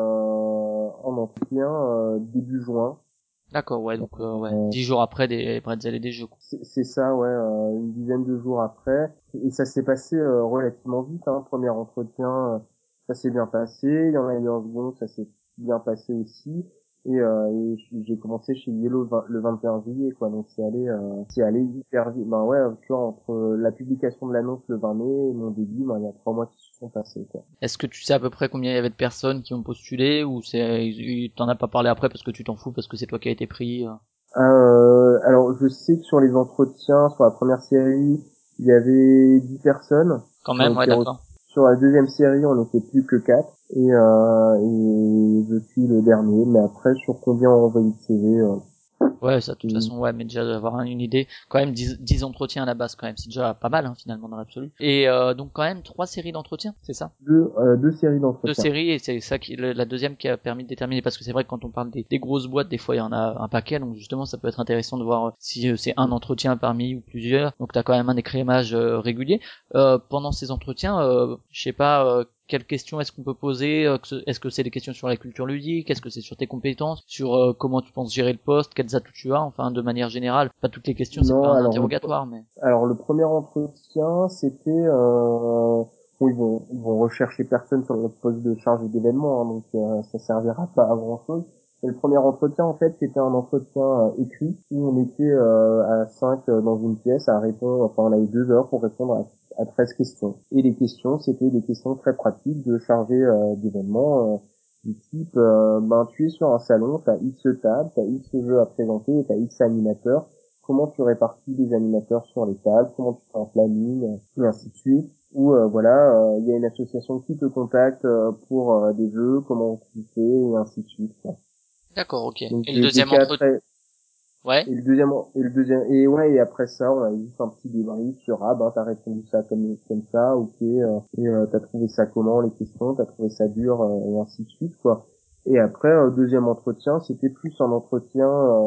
en entretien début juin. D'accord, ouais, donc ouais, Euh, 10 jours après des bretzels et des jeux. c'est ça, ouais, une dizaine de jours après. Et ça s'est passé relativement vite, hein. Premier entretien, ça s'est bien passé. Il y en a eu un second, ça s'est bien passé aussi. Et j'ai commencé chez Yellow le 21 juillet, quoi. Donc c'est allé hyper vite. Ben ouais, tu vois, entre la publication de l'annonce le 20 mai et mon début, ben il y a 3 mois qui se sont passés, quoi. Est-ce que tu sais à peu près combien il y avait de personnes qui ont postulé, ou t'en as pas parlé après parce que tu t'en fous, parce que c'est toi qui as été pris? Alors je sais que sur les entretiens, sur la première série, il y avait 10 personnes Quand qui ont même, ouais, été reçues. d'accord. Sur la deuxième série, on n'était plus que 4 et je suis le dernier. Mais après, sur combien on envoyé de CV, Ouais, ça, de toute c'est façon, ouais, mais déjà d'avoir une idée. Quand même, 10 entretiens à la base, quand même, c'est déjà pas mal, hein, finalement, dans l'absolu. Et donc quand même, 3 séries d'entretiens, c'est ça? deux séries Deux d'entretiens. séries, et c'est ça qui la deuxième qui a permis de déterminer, parce que c'est vrai que quand on parle des grosses boîtes, des fois il y en a un paquet, donc justement ça peut être intéressant de voir si c'est un entretien parmi ou plusieurs, donc t'as quand même un écrémage régulier. Pendant ces entretiens, je sais pas, quelles questions est-ce qu'on peut poser, est-ce que c'est des questions sur la culture ludique, est-ce que c'est sur tes compétences, sur comment tu penses gérer le poste, quels atouts tu as, enfin de manière générale, pas toutes les questions, c'est pas Non, un interrogatoire, mais... alors le premier entretien, c'était où ils vont rechercher personne sur le poste de chargé d'événement, hein, donc ça servira pas à grand chose. Et le premier entretien, en fait, c'était un entretien écrit où on était à 5 dans une pièce à répondre, enfin on avait 2 heures pour répondre à 13 questions. Et les questions, c'était des questions très pratiques de chargé d'événement, du type, ben tu es sur un salon, t'as X tables, t'as X jeux à présenter, et t'as X animateurs, comment tu répartis les animateurs sur les tables, comment tu fais un planning, et ainsi de suite. Ou voilà, il y a une association qui te contacte pour des jeux, comment tu fais, et ainsi de suite, quoi. D'accord, ok. Donc Et le des deuxième cas entretien... très Ouais. et le deuxième et ouais, et après ça on a juste un petit débrief sur ah ben t'as répondu ça comme ça, ok, et t'as trouvé ça comment les questions, t'as trouvé ça dur, et ainsi de suite, quoi. Et après deuxième entretien, c'était plus un entretien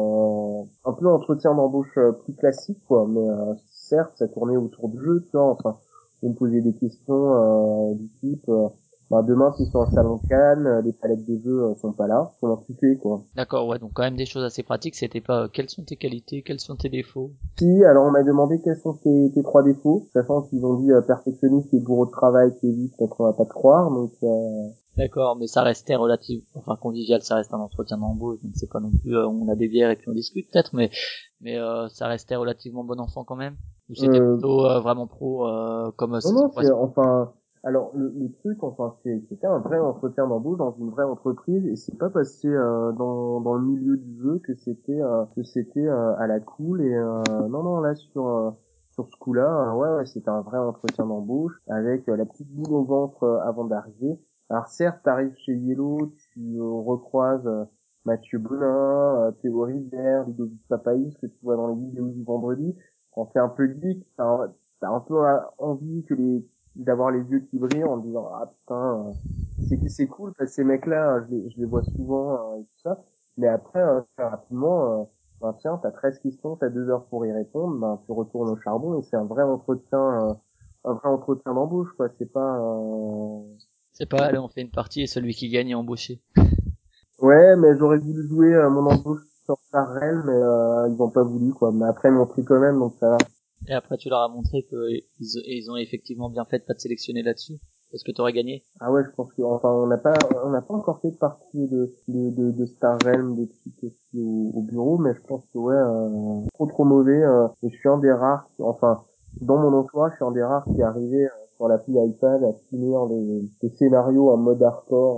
un peu entretien d'embauche plus classique, quoi, mais certes ça tournait autour du jeu, tu vois. Enfin on me posait des questions du type bah demain t'es sur le salon de Cannes, les palettes de jeux sont pas là, comment tu fais, quoi. D'accord, ouais, donc quand même des choses assez pratiques, c'était pas quelles sont tes qualités, quels sont tes défauts. Si, alors on m'a demandé quels sont tes 3 défauts, sachant qu'ils ont dit perfectionniste et bourreau de travail, qui évite, peut-être on va pas te croire, donc D'accord, mais ça restait relatif, enfin convivial, ça reste un entretien d'embauche, donc c'est pas non plus on a des bières et puis on discute peut-être, mais ça restait relativement bon enfant quand même. Ou c'était euh, plutôt vraiment pro comme non, ça non, c'est, correspond. enfin, alors, le truc, enfin, c'était un vrai entretien d'embauche dans une vraie entreprise, et c'est pas passé, dans le milieu du jeu que c'était, à la cool, et, non, non, là, sur ce coup-là, ouais, c'était un vrai entretien d'embauche, avec la petite boule au ventre avant d'arriver. Alors, certes, t'arrives chez Yellow, tu recroises, Mathieu Bonin, Théo Ribert, Ludovic Papaïs, que tu vois dans les vidéos du vendredi. Quand t'es un peu geek, t'as un peu envie d'avoir les yeux qui brillent en te disant ah putain c'est cool parce que ces mecs-là je les vois souvent et tout ça, mais après très rapidement ben tiens t'as 13 questions, t'as 2 heures pour y répondre, ben tu retournes au charbon et c'est un vrai entretien un vrai entretien d'embauche, quoi. C'est pas C'est pas, allez, on fait une partie et celui qui gagne est embauché. Ouais, mais j'aurais voulu jouer mon embauche sur Starrel, mais ils ont pas voulu, quoi. Mais après, ils m'ont pris quand même, donc ça va. Et après, tu leur as montré que ils ont effectivement bien fait de pas te sélectionner là-dessus. Parce que t'aurais gagné. Ah ouais, je pense que, enfin, on n'a pas encore fait de partie de Star Realm depuis que je suis au bureau, mais je pense que ouais, trop mauvais, et je suis un des rares enfin, dans mon entourage, je suis un des rares qui est arrivé sur l'appli iPad à finir les scénarios en mode hardcore,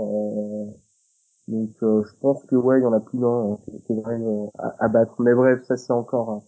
donc, je pense que ouais, il y en a plus d'un, qui est vrai, à battre. Mais bref, ça c'est encore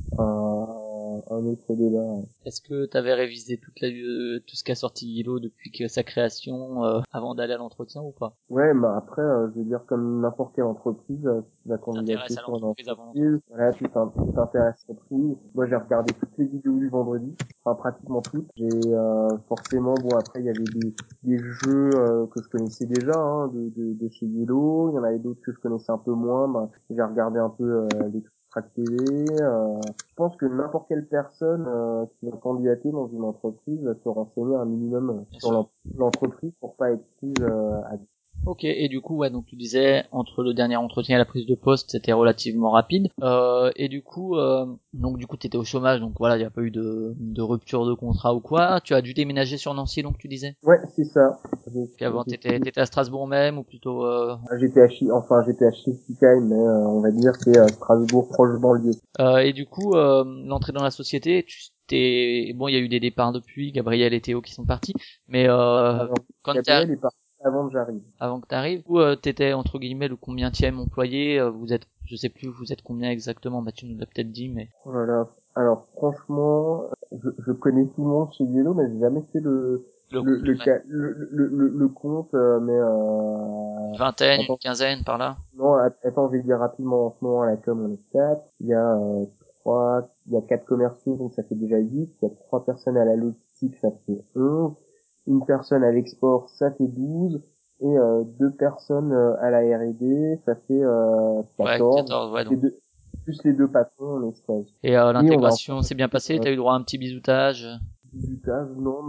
un autre débat. Est-ce que t'avais révisé tout ce qu'a sorti Hilo depuis que sa création, avant d'aller à l'entretien ou pas? Ouais, mais après, je veux dire, comme n'importe quelle entreprise, tu vas candidater T'intéresses à sur une l'entreprise avant entreprise, l'entretien. voilà, tu t'intéresses à l'entreprise. Moi, j'ai regardé toutes les vidéos du vendredi, enfin, pratiquement toutes. J'ai, forcément, bon, après, il y avait des jeux, que je connaissais déjà, hein, de chez Yellow. Il y en avait d'autres que je connaissais un peu moins. Ben, j'ai regardé un peu, les trucs Track TV. Je pense que n'importe quelle personne, qui va candidater dans une entreprise va se renseigner un minimum Bien sur sûr. l'entreprise pour pas être prise, à Ok, et du coup, ouais, donc tu disais, entre le dernier entretien et la prise de poste, c'était relativement rapide. Et du coup, t'étais au chômage, donc voilà, il n'y a pas eu de rupture de contrat ou quoi. Tu as dû déménager sur Nancy, donc tu disais. Ouais, c'est ça. Qu'avant, t'étais à Strasbourg même, ou plutôt. J'étais à Schiltigheim, mais on va dire que c'est Strasbourg proche banlieue. Et du coup, l'entrée dans la société, bon, il y a eu des départs depuis, Gabriel et Théo qui sont partis, mais Alors, quand Gabriel est parti avant que j'arrive. avant que t'arrives, ou t'étais entre guillemets le combientième employé, vous êtes, je sais plus, vous êtes combien exactement, bah tu nous l'as peut-être dit, mais Oh là là. Alors, franchement, je connais tout le monde chez Yellow, mais j'ai jamais fait le compte près. le compte, mais Une vingtaine, une attends, quinzaine par là. non, attends, je vais dire rapidement. En ce moment, à la com, on est 4. Il y a 4 commerciaux, donc ça fait déjà 8. Il y a 3 personnes à la logistique, ça fait 11. Une personne à l'export, ça fait 12. Et 2 personnes à la R&D, ça fait Ouais, 14. 14, ouais, Les donc. deux, plus les deux patrons, on est 16. Et Et on va l'intégration encore s'est bien passée, t'as eu droit à un petit bisoutage, 18 âges.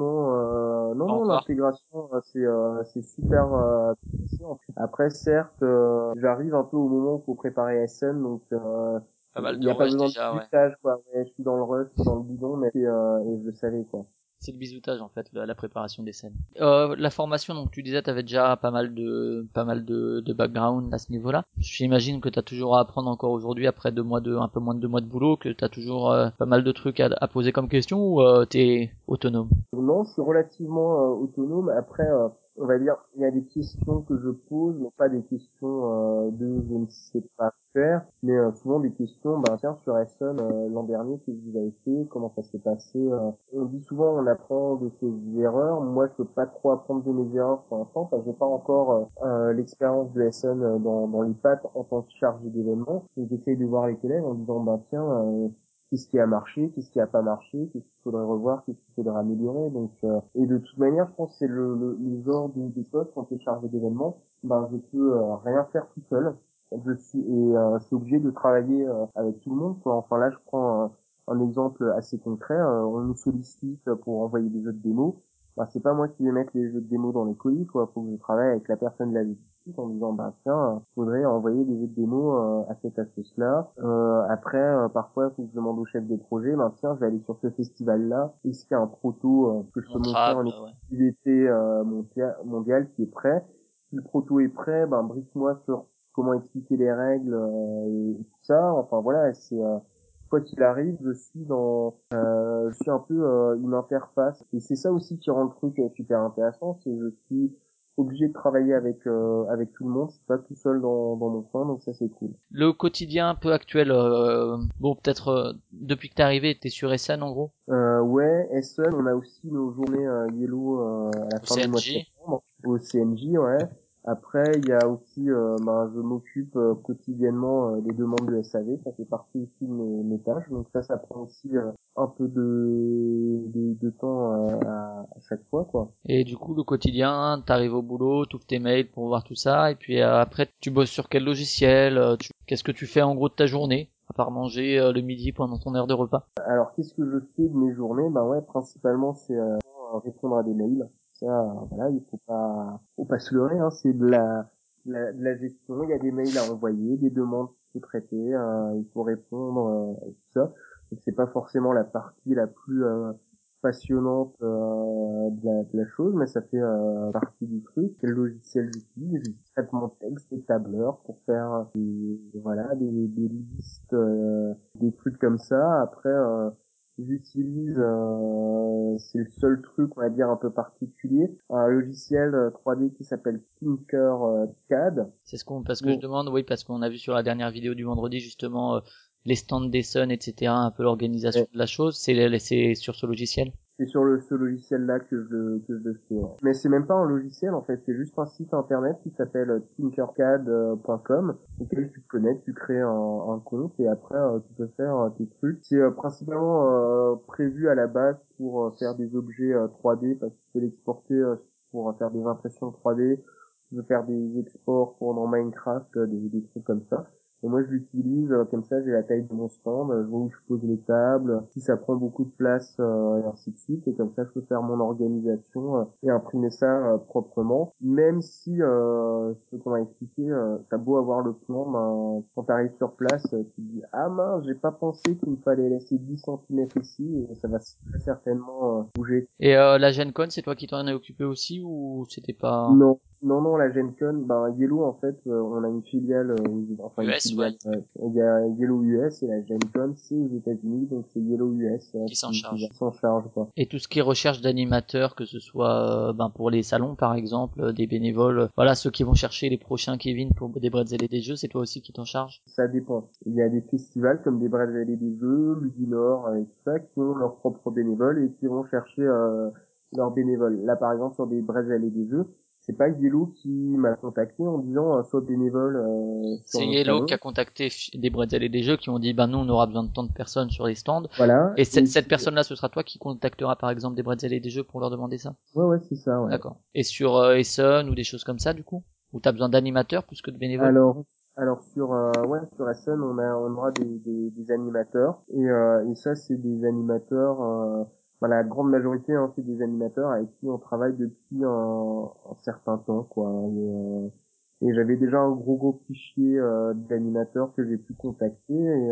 Non, pas non, encore. l'intégration, c'est super poussé, en fait. Après, certes, j'arrive un peu au moment où faut préparer SN, donc Pas il mal de n'y a pas rush besoin de déjà, ouais. bisoutage, quoi. Ouais, je suis dans le rush, je suis dans le bidon, mais et je le savais, quoi. C'est le bisoutage en fait, la préparation des scènes. La formation, donc tu disais, t'avais déjà pas mal de background à ce niveau-là. J'imagine que t'as toujours à apprendre encore aujourd'hui après un peu moins de 2 mois de boulot, que t'as toujours pas mal de trucs à poser comme question, ou t'es autonome. Non, je suis relativement autonome. Après, on va dire, il y a des questions que je pose, mais pas des questions de je ne sais pas faire, mais souvent des questions, ben tiens, sur Essen, l'an dernier, qu'est-ce que vous avez fait, comment ça s'est passé. On dit souvent on apprend de ses erreurs. Moi, je peux pas trop apprendre de mes erreurs pour l'instant, parce que j'ai pas encore l'expérience de Essen dans les pattes en tant que chargé d'événements. Donc j'essaye de voir les collègues en disant, ben tiens, qu'est-ce qui a marché, qu'est-ce qui a pas marché, qu'est-ce qu'il faudrait revoir, qu'est-ce qu'il faudrait améliorer. Donc, et de toute manière, je pense que c'est le genre des postes quand tu es chargé d'événements, ben je peux rien faire tout seul. Je suis obligé de travailler avec tout le monde, quoi. Enfin là, je prends un exemple assez concret. On nous sollicite pour envoyer des jeux de démo. Ben, c'est pas moi qui vais mettre les jeux de démo dans les colis, quoi. Faut que je travaille avec la personne de la logistique en disant, ben tiens, faudrait envoyer des jeux de démo à cette astuce-là. Après, parfois, il faut que je demande au chef de projet, ben tiens, je vais aller sur ce festival-là. Est-ce qu'il y a un proto que je peux montrer en Montrable, ouais. exclusivité mondiale qui est prêt? Si le proto est prêt, ben brief-moi sur comment expliquer les règles et tout ça. Enfin voilà, c'est quoi qu'il arrive, je suis un peu une interface. Et c'est ça aussi qui rend le truc super intéressant, c'est que je suis obligé de travailler avec tout le monde, je suis pas tout seul dans mon coin, donc ça c'est cool. Le quotidien un peu actuel, bon peut-être depuis que t'es arrivé, t'es sur SN en gros, Ouais, Essen, on a aussi nos journées Yellow à la au fin du mois de CNJ. septembre, au CNJ, ouais. Après, il y a aussi, je m'occupe quotidiennement des demandes de SAV, ça fait partie aussi de mes tâches, donc ça prend aussi un peu de temps à chaque fois, quoi. Et du coup, le quotidien, t'arrives au boulot, t'ouvres tes mails pour voir tout ça, et puis après, tu bosses sur quel logiciel, qu'est-ce que tu fais en gros de ta journée, à part manger le midi pendant ton heure de repas. Alors, qu'est-ce que je fais de mes journées? Ben ouais, principalement, c'est répondre à des mails. Ça, voilà, il faut pas se leurrer, hein, c'est de la gestion. Il y a des mails à envoyer, des demandes qu'il faut traiter, il faut répondre, et tout ça. Donc c'est pas forcément la partie la plus passionnante de la chose, mais ça fait partie du truc. Quel logiciel j'utilise? Du traitement de texte, des tableurs pour faire des listes, des trucs comme ça. Après, j'utilise, c'est le seul truc, on va dire, un peu particulier, un logiciel 3D qui s'appelle Tinkercad. C'est parce que je demande, oui, parce qu'on a vu sur la dernière vidéo du vendredi justement les stands des Sun, etc., un peu l'organisation de la chose. C'est sur ce logiciel. C'est sur ce logiciel-là que je le fais. Ouais. Mais c'est même pas un logiciel, en fait. C'est juste un site internet qui s'appelle tinkercad.com, auquel tu te connectes, tu crées un compte, et après, tu peux faire tes trucs. C'est principalement prévu à la base pour faire des objets 3D, parce que tu peux l'exporter pour faire des impressions 3D, tu peux faire des exports pour dans Minecraft, des trucs comme ça. Et moi, je l'utilise, comme ça, j'ai la taille de mon stand, je vois où je pose les tables, si ça prend beaucoup de place, et ainsi de suite. Et comme ça, je peux faire mon organisation et imprimer ça proprement. Même si, ce qu'on m'a expliqué, t'as beau avoir le plan, ben, quand t'arrives sur place, tu te dis « Ah mince, j'ai pas pensé qu'il me fallait laisser 10 centimètres ici, et ça va très certainement bouger. » Et la GenCon, c'est toi qui t'en as occupé aussi ou c'était pas Non, la GenCon, ben Yellow en fait, on a une filiale, US, ouais, il y a Yellow US et la GenCon c'est aux États-Unis, donc c'est Yellow US qui s'en charge. qui s'en charge quoi. Et tout ce qui est recherche d'animateurs, que ce soit pour les salons par exemple, des bénévoles, voilà ceux qui vont chercher les prochains Kevin pour des bretzels et des jeux, c'est toi aussi qui t'en charge? Ça dépend. Il y a des festivals comme des Bretzels et des Jeux, Ludinor et tout ça qui ont leurs propres bénévoles et qui vont chercher leurs bénévoles. Là par exemple sur des Bretzels et des Jeux, c'est pas Yellow qui m'a contacté en disant sois bénévole sur C'est mon Yellow qui a salon. contacté des bretzels et des jeux qui ont dit nous on aura besoin de tant de personnes sur les stands. Voilà. Et Et cette personne-là, ce sera toi qui contactera par exemple des bretzels et des jeux pour leur demander ça. ouais, c'est ça, ouais. D'accord. Et sur Essen ou des choses comme ça du coup, où t'as besoin d'animateurs plus que de bénévoles? Alors sur sur Essen on aura des animateurs et ça c'est des animateurs la grande majorité hein, c'est des animateurs avec qui on travaille depuis un certain temps quoi et j'avais déjà un gros fichier d'animateurs que j'ai pu contacter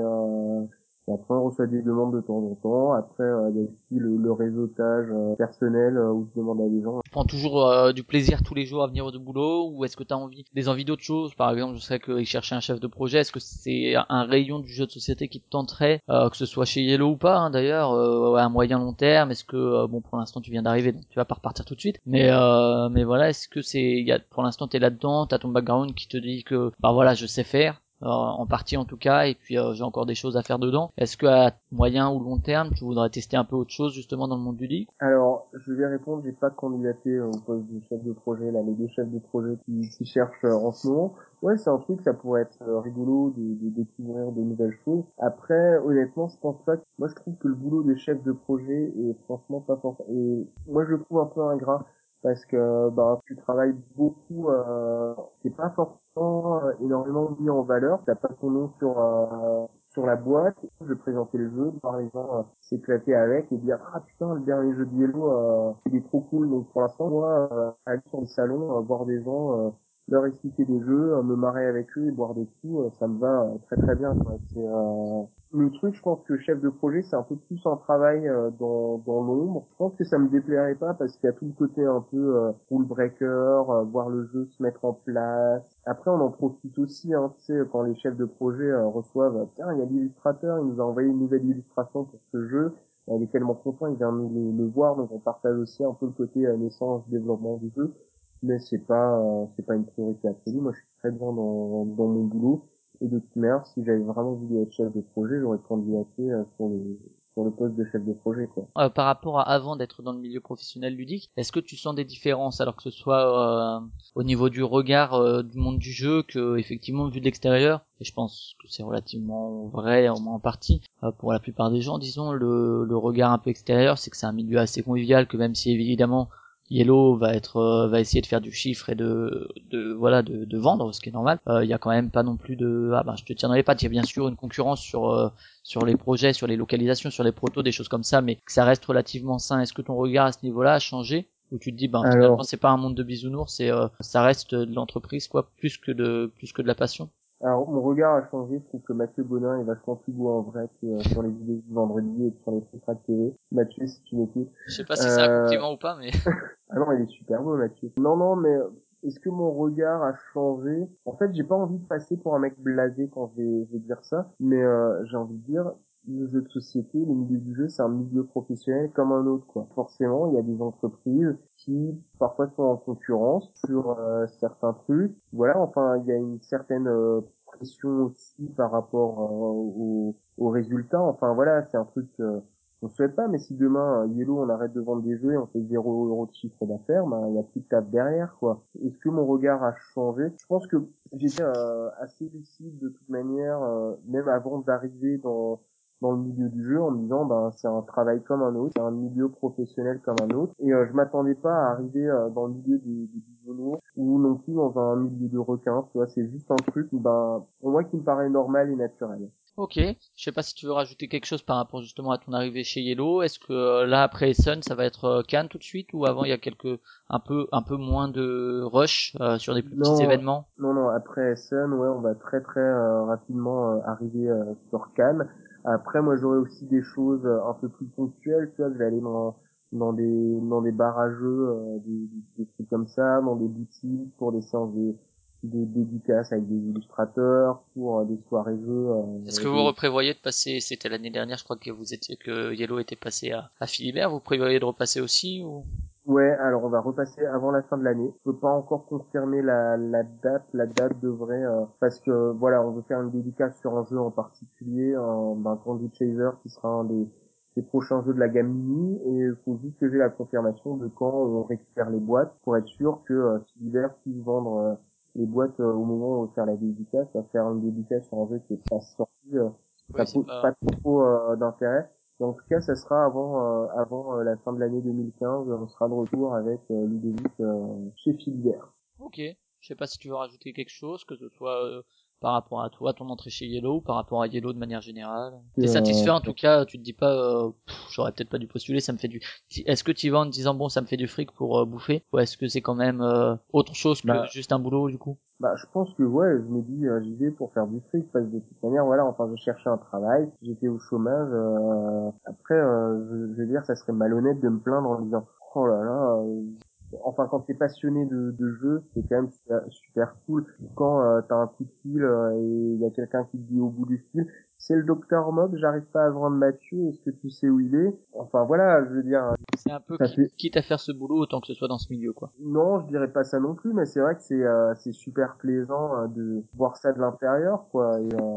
et après on reçoit des demandes de temps en temps. Après il y a aussi le réseautage personnel où je demande à des gens. Tu prends toujours du plaisir tous les jours à venir au boulot ou est-ce que tu as envies d'autres choses? Par exemple, je sais qu'ils cherchaient un chef de projet. Est-ce que c'est un rayon du jeu de société qui te tenterait, que ce soit chez Yellow ou pas, hein, d'ailleurs, à moyen long terme? Est-ce que pour l'instant tu viens d'arriver, donc tu vas pas repartir tout de suite. Mais voilà, est-ce que pour l'instant t'es là-dedans, t'as ton background qui te dit que voilà, je sais faire. En partie en tout cas, et puis j'ai encore des choses à faire dedans. Est-ce que à moyen ou long terme, tu voudrais tester un peu autre chose justement dans le monde du league? Alors, je vais répondre, j'ai pas candidaté au poste de chef de projet, là, les deux chefs de projet qui cherchent en ce moment. Ouais, c'est un truc, ça pourrait être rigolo de découvrir de nouvelles choses. Après, honnêtement, je pense pas que, moi je trouve que le boulot de chef de projet est franchement pas forcément, et moi je le trouve un peu ingrat, parce que, tu travailles beaucoup, c'est pas forcément énormément mis en valeur, t'as pas ton nom sur la boîte, de présenter le jeu, de voir les gens s'éclater avec et dire ah putain le dernier jeu de Yellow il est trop cool. Donc pour l'instant moi aller sur des salons voir des gens leur expliquer des jeux, me marrer avec eux et boire des coups, ça me va très très bien quoi. C'est le truc, je pense que chef de projet c'est un peu plus un travail dans l'ombre. Je pense que ça me déplairait pas parce qu'il y a tout le côté un peu rule breaker, voir le jeu se mettre en place. Après on en profite aussi hein, tu sais quand les chefs de projet reçoivent tiens il y a l'illustrateur, il nous a envoyé une nouvelle illustration pour ce jeu. Il est tellement content, il vient le voir, donc on partage aussi un peu le côté naissance, développement du jeu, mais c'est pas une priorité absolue. Moi, je suis très bien dans mon boulot, et de toute manière, si j'avais vraiment voulu être chef de projet, j'aurais candidaté sur le poste de chef de projet, quoi. Par rapport à avant d'être dans le milieu professionnel ludique, est-ce que tu sens des différences alors que ce soit au niveau du regard du monde du jeu que effectivement vu de l'extérieur, et je pense que c'est relativement vrai au moins en partie pour la plupart des gens, disons le regard un peu extérieur, c'est que c'est un milieu assez convivial, que même si évidemment Yellow va essayer de faire du chiffre et de vendre, ce qui est normal. Il y a quand même pas non plus je te tiendrai les pattes. Il y a bien sûr une concurrence sur les projets, sur les localisations, sur les protos, des choses comme ça, mais que ça reste relativement sain. Est-ce que ton regard à ce niveau-là a changé, ou tu te dis finalement Alors, c'est pas un monde de bisounours, ça reste de l'entreprise quoi, plus que de la passion? alors, mon regard a changé. Je trouve que Mathieu Bonin est vachement plus beau en vrai que sur les vidéos du vendredi et sur les contrats de TV. Mathieu, si tu m'écoutes. Je sais pas si c'est un Euh, compliment ou pas, mais Ah non, il est super beau, Mathieu. Non, non, mais est-ce que mon regard a changé? En fait, j'ai pas envie de passer pour un mec blasé quand je vais dire ça, mais j'ai envie de dire, le jeu de société, le milieu du jeu, c'est un milieu professionnel comme un autre, quoi. Forcément, il y a des entreprises qui parfois sont en concurrence sur certains trucs. Voilà, enfin, il y a une certaine pression aussi par rapport aux résultats. Enfin, voilà, c'est un truc on souhaite pas, mais si demain, Yellow, on arrête de vendre des jeux et on fait 0 € de chiffre d'affaires, ben, il y a plus de taf derrière, quoi. Est-ce que mon regard a changé? Je pense que j'étais assez lucide de toute manière, même avant d'arriver dans le milieu du jeu, en me disant, ben, c'est un travail comme un autre, c'est un milieu professionnel comme un autre. Et je m'attendais pas à arriver dans le milieu des bisounours ou non plus dans un milieu de requins, tu vois. C'est juste un truc, ben, pour moi, qui me paraît normal et naturel. ok. Je sais pas si tu veux rajouter quelque chose par rapport justement à ton arrivée chez Yellow. Est-ce que là après Essen, ça va être Cannes tout de suite, ou avant il y a un peu moins de rush sur des plus petits Non, événements? non, non. Après Essen, ouais, on va très très rapidement arriver sur Cannes. Après, moi, j'aurai aussi des choses un peu plus ponctuelles. Tu vois, je vais aller dans des bars à jeux, des trucs comme ça, dans des boutiques pour des séances de dédicaces avec des illustrateurs, pour des soirées jeux. Est-ce que vous reprévoyez de passer, c'était l'année dernière, je crois que Yellow était passé à Philibert, vous prévoyez de repasser aussi, ou? Ouais, alors on va repasser avant la fin de l'année. Je peux pas encore confirmer la date. La date devrait parce que voilà, on veut faire une dédicace sur un jeu en particulier, Candy Chaser qui sera un des prochains jeux de la gamme mini, et il faut juste que j'ai la confirmation de quand on récupère les boîtes pour être sûr que Philibert puisse vendre les boîtes au moment où on va faire la dédicace. On va faire une dédicace sur un jeu qui est pas sorti, ça Oui, c'est pose pas pas. trop d'intérêt. Et en tout cas, ça sera avant la fin de l'année 2015. On sera de retour avec Ludovic chez Philibert. Ok. Je sais pas si tu veux rajouter quelque chose, que ce soit par rapport à toi, ton entrée chez Yellow, ou par rapport à Yellow de manière générale. Et, T'es satisfait en tout cas, tu te dis pas, j'aurais peut-être pas dû postuler, ça me fait du. Est-ce que tu y vas en te disant bon, ça me fait du fric pour bouffer, ou est-ce que c'est quand même autre chose que bah, juste un boulot du coup? je pense que ouais, je me dis j'y vais pour faire du fric parce que de toute manière, voilà, enfin, je cherchais un travail, j'étais au chômage. Après, je veux dire, ça serait malhonnête de me plaindre en disant oh là là. Enfin, quand t'es passionné de jeu, c'est quand même super, super cool. Quand t'as un coup de fil et il y a quelqu'un qui te dit au bout du fil, c'est le docteur Mob, j'arrive pas à joindre Mathieu, est-ce que tu sais où il est? Enfin voilà, je veux dire, C'est un peu ça fait. quitte à faire ce boulot autant que ce soit dans ce milieu quoi. Non, je dirais pas ça non plus, mais c'est vrai que c'est super plaisant de voir ça de l'intérieur, quoi,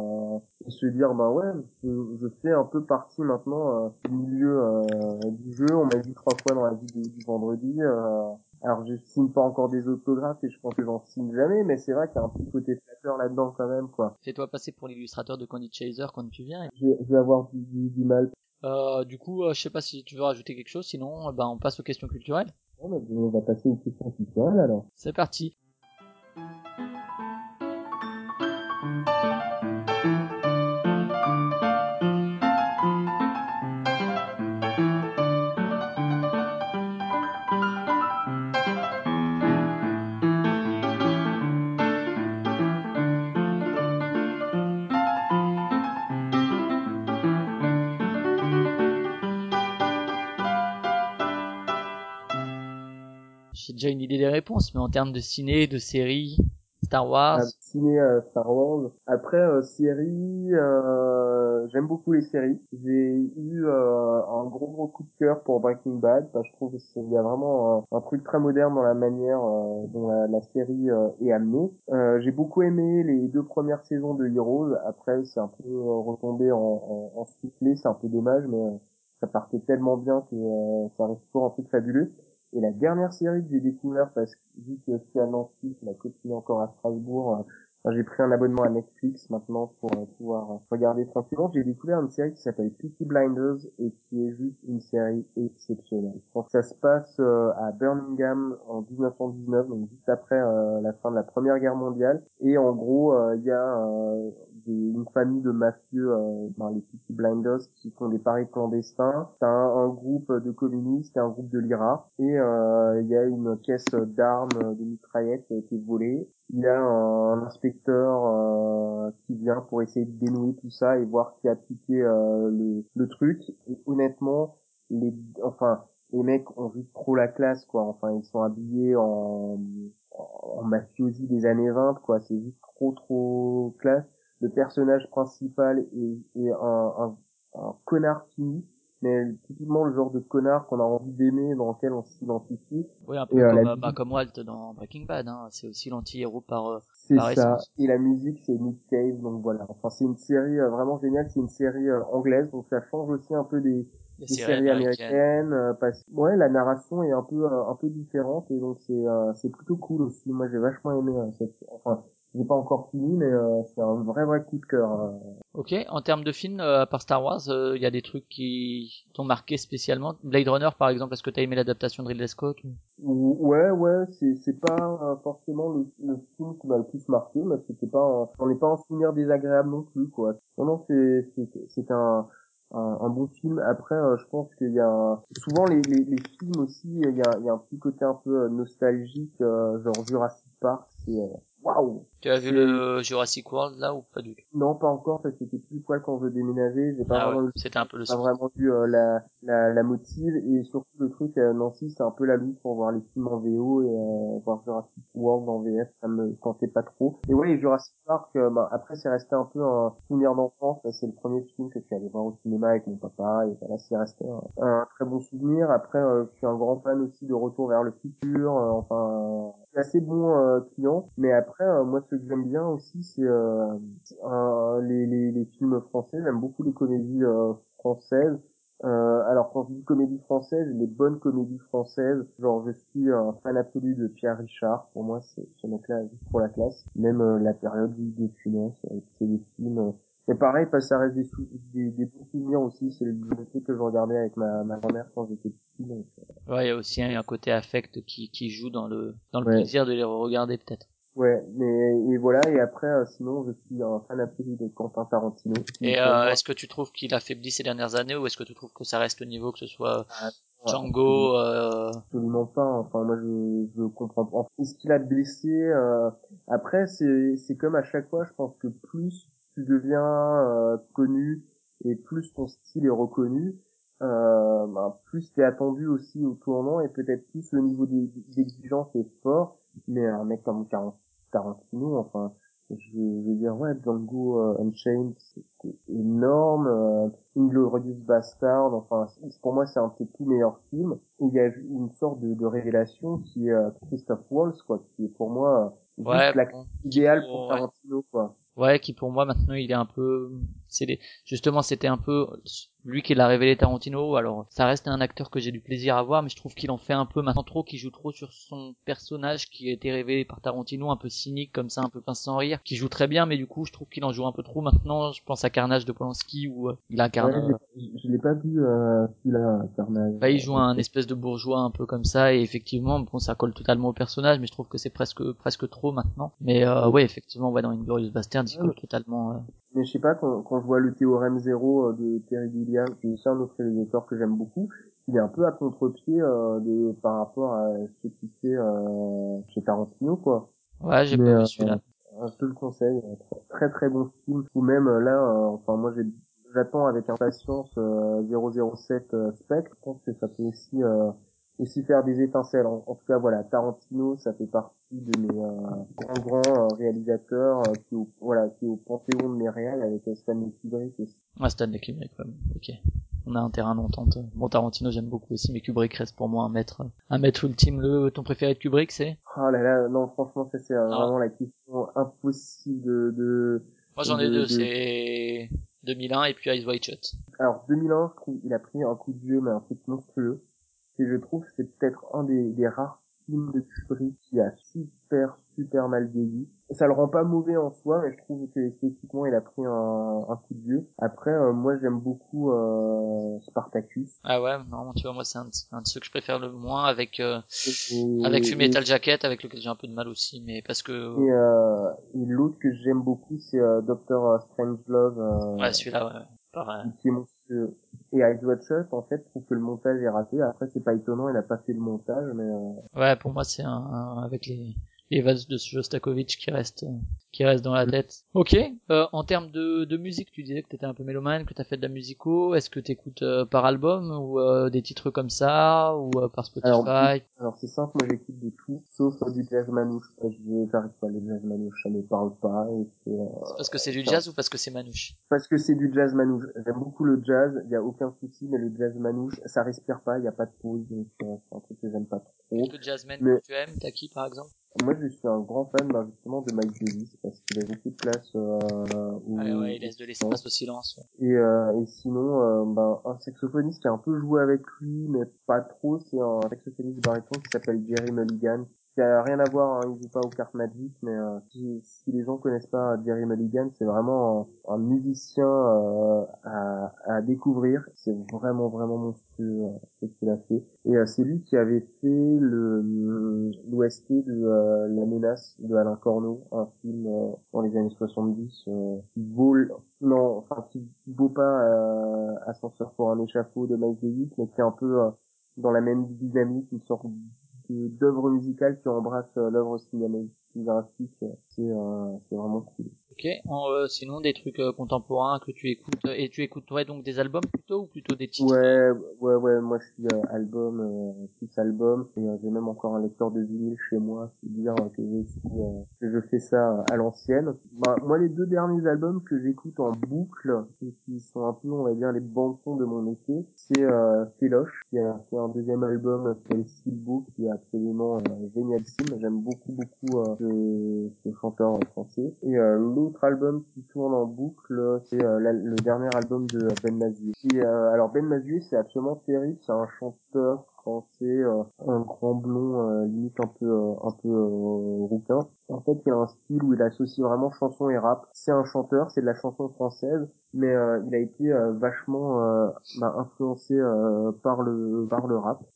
et se dire bah ouais, je fais un peu partie maintenant du milieu du jeu. On m'a dit 3 fois dans la vie du vendredi. Alors je signe pas encore des autographes et je pense que j'en signe jamais, mais c'est vrai qu'il y a un petit côté flatteur là-dedans quand même, quoi. Fais-toi passer pour l'illustrateur de Candy Chaser quand tu viens. Je vais avoir du mal. Du coup, je sais pas si tu veux rajouter quelque chose, sinon, on passe aux questions culturelles. Bon, mais on va passer aux questions culturelles alors. C'est parti. J'ai déjà une idée des réponses, mais en termes de ciné, de séries, Star Wars. Ciné Star Wars. Après séries, j'aime beaucoup les séries. J'ai eu un gros coup de cœur pour Breaking Bad. Parce que je trouve qu'il y a vraiment un truc très moderne dans la manière dont la série est amenée. J'ai beaucoup aimé les 2 premières saisons de Heroes. Après c'est un peu retombé en soufflé, c'est un peu dommage, mais ça partait tellement bien que ça reste toujours un truc fabuleux. Et la dernière série que j'ai découvert, parce que vu que je suis à Nancy, que la copine est encore à Strasbourg, j'ai pris un abonnement à Netflix maintenant pour pouvoir regarder tranquillement. J'ai découvert une série qui s'appelle Peaky Blinders et qui est juste une série exceptionnelle. Donc ça se passe à Birmingham en 1919, donc juste après la fin de la Première Guerre mondiale. Et en gros, il y a une famille de mafieux, les Peaky Blinders, qui font des paris clandestins. T'as un groupe de communistes et un groupe de l'IRA. Et il y a une caisse d'armes, de mitraillettes qui a été volée. Il y a un inspecteur qui vient pour essayer de dénouer tout ça et voir qui a piqué le truc. Et honnêtement, les mecs ont vu trop la classe, quoi. Enfin, ils sont habillés en mafiosi des années 20, quoi. C'est juste trop classe. Le personnage principal est un connard fini, mais typiquement le genre de connard qu'on a envie d'aimer, dans lequel on s'identifie. Oui, un Et peu comme, la musique, comme Walt dans Breaking Bad, hein. C'est aussi l'anti-héros c'est par ça. essence. Et la musique, c'est Nick Cave, donc voilà. Enfin, c'est une série vraiment géniale. C'est une série anglaise, donc ça change aussi un peu Les des séries séries américaines. américaines. Ouais, la narration est un peu différente et donc c'est plutôt cool aussi. Moi, j'ai vachement aimé enfin, j'ai pas encore fini, mais c'est un vrai coup de cœur. Ok, en termes de films, à part Star Wars, il y a des trucs qui t'ont marqué spécialement. Blade Runner, par exemple, est-ce que t'as aimé l'adaptation de Ridley Scott Ouais, c'est pas forcément le film qui m'a le plus marqué, mais c'était pas j'en ai pas un souvenir désagréable non plus, quoi. Non, c'est un bon film. Après, je pense qu'il y a souvent les films aussi, il y a un petit côté un peu nostalgique, genre Jurassic Park, c'est waouh, Tu as vu c'est le Jurassic World là ou pas du tout? non, pas encore, parce que c'était plus poil quand je déménageais, Ah ouais, c'était un peu le pas souci. vraiment vu la motive, et surtout le truc Nancy, c'est un peu la lutte pour voir les films en VO et voir Jurassic World en VF, ça me tentait pas trop. Et ouais, et Jurassic Park, après c'est resté un peu un souvenir d'enfance, c'est le premier film que je suis allé voir au cinéma avec mon papa, et voilà, c'est resté un très bon souvenir. Après, je suis un grand fan aussi de Retour vers le futur, assez bon client, mais après moi ce que j'aime bien aussi c'est les films français. J'aime beaucoup les comédies françaises. Alors quand je dis comédie française, les bonnes comédies françaises, genre je suis un fan absolu de Pierre Richard. Pour moi, ce mec-là est juste trop la classe. Même la période de Funès, c'est des films. Mais pareil, parce que ça reste des bons souvenirs aussi. C'est le truc que je regardais avec ma grand-mère quand j'étais petit. Donc, Ouais, il y a aussi un côté affect qui joue dans le ouais. plaisir de les regarder peut-être. Ouais, mais et voilà, et après sinon je suis un fan absolu de Quentin Tarantino qui Et pour moi est-ce que tu trouves qu'il a faibli ces dernières années ou est-ce que tu trouves que ça reste au niveau, que ce soit a Django absolument pas. Enfin moi je comprends pas. Est-ce qu'il a blessé après c'est comme à chaque fois, je pense que plus tu deviens connu et plus ton style est reconnu, plus t'es attendu aussi au tournant et peut-être plus le niveau d'exigence est fort. Mais un mec comme Tarantino, enfin, je veux dire, ouais, Django Unchained, c'était énorme. Inglourious Bastard, enfin, pour moi, c'est un de ses tout meilleurs films. Et il y a une sorte de révélation qui est Christophe Waltz, quoi, qui est pour moi juste ouais, l'acteur bon, idéal pour Tarantino, quoi. ouais, qui pour moi maintenant il est un peu, justement c'était un peu lui qui l'a révélé Tarantino. Alors ça reste un acteur que j'ai du plaisir à voir, mais je trouve qu'il en fait un peu maintenant trop, qu'il joue trop sur son personnage qui a été révélé par Tarantino, un peu cynique comme ça, un peu pince sans rire, qui joue très bien, mais du coup je trouve qu'il en joue un peu trop maintenant. Je pense à Carnage de Polanski où il Ouais, incarne, je l'ai pas vu, celui-là, Carnage. bah, il joue un espèce de bourgeois un peu comme ça, et effectivement bon ça colle totalement au personnage, mais je trouve que c'est presque trop maintenant. Mais ouais, effectivement, ouais, dans Inglourious Basterds il Ouais, colle totalement. mais je sais pas, quand je vois le théorème zéro de Terry Gilliam, qui est aussi un autre réalisateur que j'aime beaucoup, il est un peu à contre-pied par rapport à ce qu'il fait chez Tarantino, quoi. Ouais, j'ai Mais pas vu celui-là. je te le conseille, très bon film. Ou même là, enfin moi j'attends avec impatience 007 Spectre. Je pense que ça peut aussi faire des étincelles. En tout cas voilà, Tarantino, ça fait partie de mes grands réalisateurs qui est au panthéon de mes réals avec Stanley Kubrick aussi. Ouais, Stanley Kubrick, ouais. Ok. On a un terrain d'entente. Bon, Tarantino, j'aime beaucoup aussi, mais Kubrick reste pour moi un maître ultime. Ton préféré de Kubrick, c'est? Oh là là, non franchement ça c'est Ah, vraiment la question impossible moi, j'en ai deux, c'est 2001 et puis Eyes Wide Shut. Alors 2001, je trouve il a pris un coup de vieux mais un truc monstrueux. Et je trouve que c'est peut-être un des rares films de Kubrick qui a super mal vieilli. Ça le rend pas mauvais en soi, mais je trouve que esthétiquement il a pris un coup de vieux. Après, moi j'aime beaucoup Spartacus. Ah ouais, non, tu vois, moi c'est un de ceux que je préfère le moins Et, avec et, Fullmetal Jacket, avec lequel j'ai un peu de mal aussi, mais parce que et l'autre que j'aime beaucoup, c'est Doctor Strangelove, ouais, celui-là, ouais, pareil. qui est monstrueux. Et Eyes Wide Shut, en fait, je trouve que le montage est raté. Après, c'est pas étonnant, il a pas fait le montage, mais Ouais, pour moi c'est avec les vases de Shostakovich qui reste dans la tête. Ok, en termes de musique, tu disais que t'étais un peu mélomane, que t'as fait de la musico. Est-ce que t'écoutes par album ou des titres comme ça ou par alors, Spotify? alors c'est simple, moi j'écoute de tout, sauf du jazz manouche. J'arrive pas, le jazz manouche, ça me parle pas, et C'est parce que c'est du c'est un- jazz ou parce que c'est manouche? parce que c'est du jazz manouche. J'aime beaucoup le jazz, il y a aucun souci, mais le jazz manouche, ça respire pas, il y a pas de pause, donc c'est un truc que j'aime pas trop. Quelques jazzmen que Mais tu aimes, t'as qui par exemple? moi je suis un grand fan, justement, de Mike Davis, parce qu'il a beaucoup de place Ouais, ouais, il au laisse de chant. l'espace au silence. Ouais. Et sinon, un saxophoniste qui a un peu joué avec lui, mais pas trop, c'est un saxophoniste baryton qui s'appelle Jerry Mulligan. Qui a rien à voir, hein, il joue pas aux cartes Magic, mais si les gens connaissent pas Jerry Mulligan, c'est vraiment un musicien à découvrir. C'est vraiment vraiment monstrueux ce qu'il a fait. Et c'est lui qui avait fait le l'OST de La Menace de Alain Corneau, un film dans les années 70 qui vaut non, enfin qui vaut pas Ascenseur pour un échafaud de Miles Davis, mais qui est un peu dans la même dynamique, une sorte d'œuvre musicale qui embrasse l'œuvre cinématographique. C'est vraiment cool. Ok, sinon des trucs contemporains que tu écoutes et tu écoutes ouais donc des albums plutôt ou plutôt des titres Ouais, moi je suis album, plus album, et j'ai même encore un lecteur de vinyle chez moi, c'est dire que je fais ça à l'ancienne. Bah, moi les deux derniers albums que j'écoute en boucle, et qui sont un peu, on va dire, les bandes-sons de mon été, c'est Féloche, qui a fait un deuxième album, c'est Silbo, qui est absolument génialissime. J'aime beaucoup, beaucoup ce chanteur français. Et l'autre album qui tourne en boucle, c'est le dernier album de Ben Mazué. Alors Ben Mazué, c'est absolument terrible, c'est un chanteur français, un grand blond, limite un peu rouquin. En fait, il a un style où il associe vraiment chanson et rap. C'est un chanteur, c'est de la chanson française, mais il a été vachement influencé par le rap.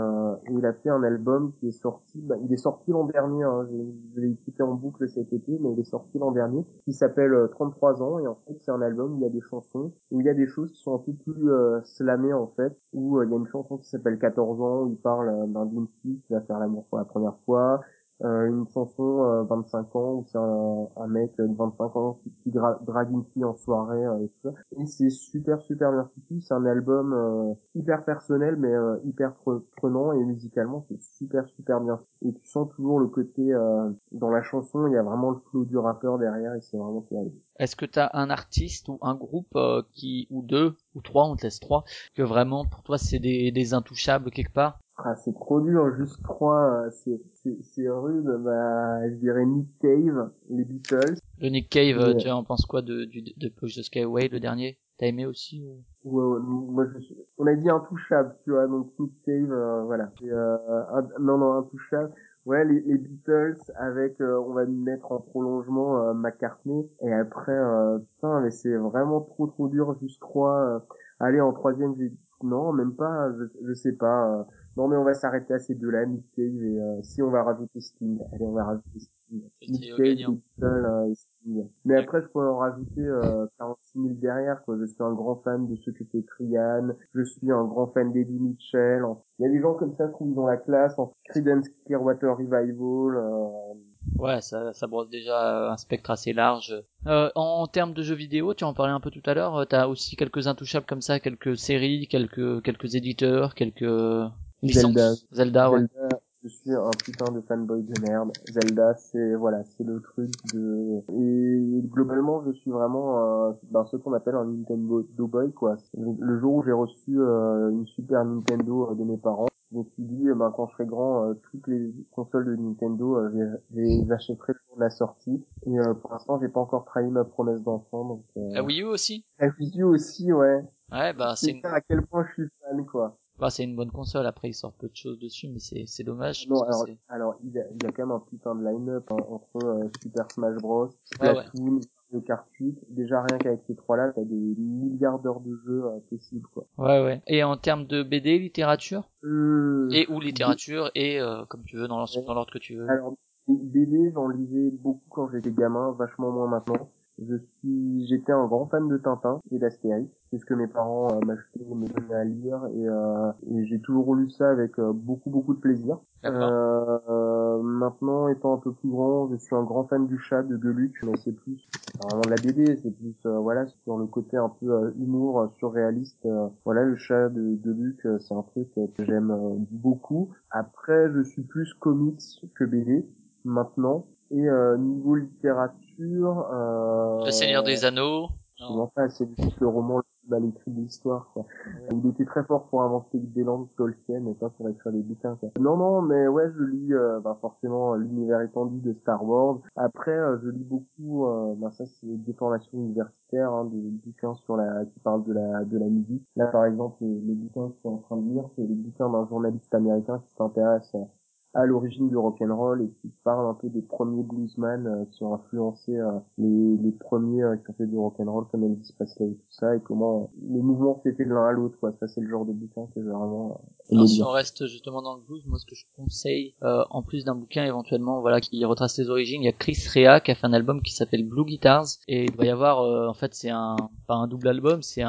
Et il a fait un album qui est sorti, il est sorti l'an dernier, hein, je l'ai écouté en boucle cet été, mais il est sorti l'an dernier, qui s'appelle 33 ans, et en fait c'est un album où il y a des chansons, où il y a des choses qui sont un peu plus slamées en fait, où il y a une chanson qui s'appelle 14 ans, où il parle d'une fille qui va faire l'amour pour la première fois, une chanson 25 ans où c'est un mec de 25 ans qui drague une fille en soirée et tout ça. Et c'est super super bien foutu, c'est un album hyper personnel mais hyper prenant, et musicalement c'est super super bien. Et tu sens toujours le côté dans la chanson, il y a vraiment le flow du rappeur derrière, et c'est vraiment terrible. Est-ce que t'as un artiste ou un groupe qui ou deux ou trois, on te laisse trois, que vraiment pour toi c'est des intouchables quelque part? Ah, c'est trop dur, juste trois, c'est rude. Je dirais Nick Cave, les Beatles. Le Nick Cave, Et, tu en penses quoi de Push the Skyway, le dernier? T'as aimé aussi ou... moi, on a dit intouchable, tu vois, donc Nick Cave, voilà. Et, non, non, intouchable. Ouais, les Beatles avec, on va mettre en prolongement McCartney. Et après, putain, mais c'est vraiment trop trop dur, juste trois. Allez, en troisième, non, même pas, je sais pas. Non, mais on va s'arrêter à ces deux-là, Nick Cave, et si on va rajouter Sting. Allez, on va rajouter Sting. C'est le Nick trio Cave, les gagnant. Beatles et Sting. Mais après, je pourrais en rajouter 46 000 derrière, quoi. Je suis un grand fan de ce que fait Trian. Je suis un grand fan d'Eddie Mitchell. Il y a des gens comme ça, je trouve, ils ont la classe. En Creedence Clearwater Revival. Ouais, ça brosse déjà un spectre assez large. En termes de jeux vidéo, tu en parlais un peu tout à l'heure, t'as aussi quelques intouchables comme ça, quelques séries, quelques éditeurs, quelques Zelda. licences. Zelda, ouais. Zelda, je suis un putain de fanboy de merde. Zelda, c'est le truc de... Et globalement, je suis vraiment ce qu'on appelle un Nintendo boy, quoi. Le jour où j'ai reçu une Super Nintendo de mes parents, je me suis dit, quand je serai grand, toutes les consoles de Nintendo, je les achèterai le jour de la sortie. Et pour l'instant, j'ai pas encore trahi ma promesse d'enfant, donc... La Wii U aussi? La Wii U aussi, ouais. Ouais, bah C'est dire à quel point je suis fan, quoi. Bah, c'est une bonne console, après ils sortent peu de choses dessus, mais c'est dommage. Non, Parce que alors il y a quand même un putain de line-up hein, entre Super Smash Bros, ouais, ouais. Splatoon, le Kart 8. Déjà rien qu'avec ces trois-là, t'as des milliards d'heures de jeu possibles quoi. Ouais, ouais. Et en termes de BD, littérature? Euh, Et ou littérature, et comme tu veux, dans l'ordre que tu veux. Alors, BD, j'en lisais beaucoup quand j'étais gamin, vachement moins maintenant. J'étais un grand fan de Tintin et d'Astérix. C'est ce que mes parents m'achetaient, me donnaient à lire et j'ai toujours lu ça avec beaucoup de plaisir. D'accord. Maintenant, étant un peu plus grand, je suis un grand fan du chat de Gueuluc, mais c'est vraiment de la BD, c'est plus voilà sur le côté un peu humour surréaliste. Voilà, le chat de Luc, c'est un truc que j'aime beaucoup. Après, je suis plus comics que BD maintenant. Et niveau littérature, Le Seigneur des Anneaux. Non. enfin, c'est juste le roman le plus mal écrit de l'histoire, quoi. Ouais. Il était très fort pour inventer des langues Tolkien, mais pas pour écrire des bouquins, quoi. Non, mais ouais, je lis, forcément, l'univers étendu de Star Wars. Après, je lis beaucoup, ça, c'est des formations universitaires, hein, des bouquins qui parlent de la musique. Là, par exemple, les bouquins que je suis en train de lire, c'est les bouquins d'un journaliste américain qui s'intéresse à l'origine du rock'n'roll et qui parle un peu des premiers bluesmen qui ont influencé les premiers qui ont fait du rock'n'roll comme Elvis Presley et tout ça et comment les mouvements s'étaient de l'un à l'autre quoi. Ça c'est le genre de bouquin que j'ai vraiment aimé Alors si lire. on reste justement dans le blues, moi ce que je conseille, en plus d'un bouquin éventuellement, voilà, qui retrace les origines, il y a Chris Rea qui a fait un album qui s'appelle Blue Guitars et il doit y avoir, en fait c'est pas un double album, c'est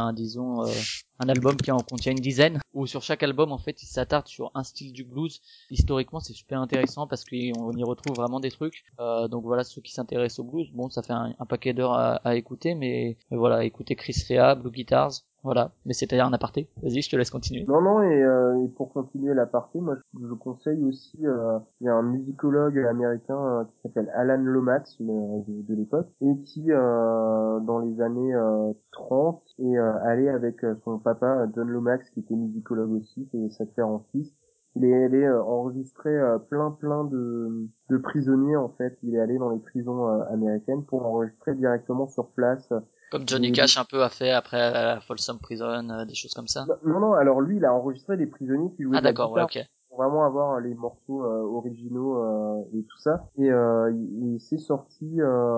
un album qui en contient une dizaine, où sur chaque album en fait il s'attarde sur un style du blues. Historiquement c'est super intéressant parce qu'on y retrouve vraiment des trucs. Donc voilà, ceux qui s'intéressent au blues, bon ça fait un paquet d'heures à écouter, mais voilà, écoutez Chris Rea, Blue Guitars. Voilà, mais c'était un aparté. Vas-y, je te laisse continuer. Non, et pour continuer la partie, moi je conseille aussi, il y a un musicologue américain qui s'appelle Alan Lomax de l'époque et qui dans les années 30 est allé avec son papa John Lomax qui était musicologue aussi, et sa père en fils. Il est allé enregistrer plein de prisonniers en fait. Il est allé dans les prisons américaines pour enregistrer directement sur place Comme Johnny des Cash un peu a fait après la Folsom Prison, des choses comme ça. non, alors lui, il a enregistré des prisonniers qui jouaient Ah de la d'accord, ouais, guitare ok. pour vraiment avoir les morceaux originaux et tout ça. Et il s'est sorti,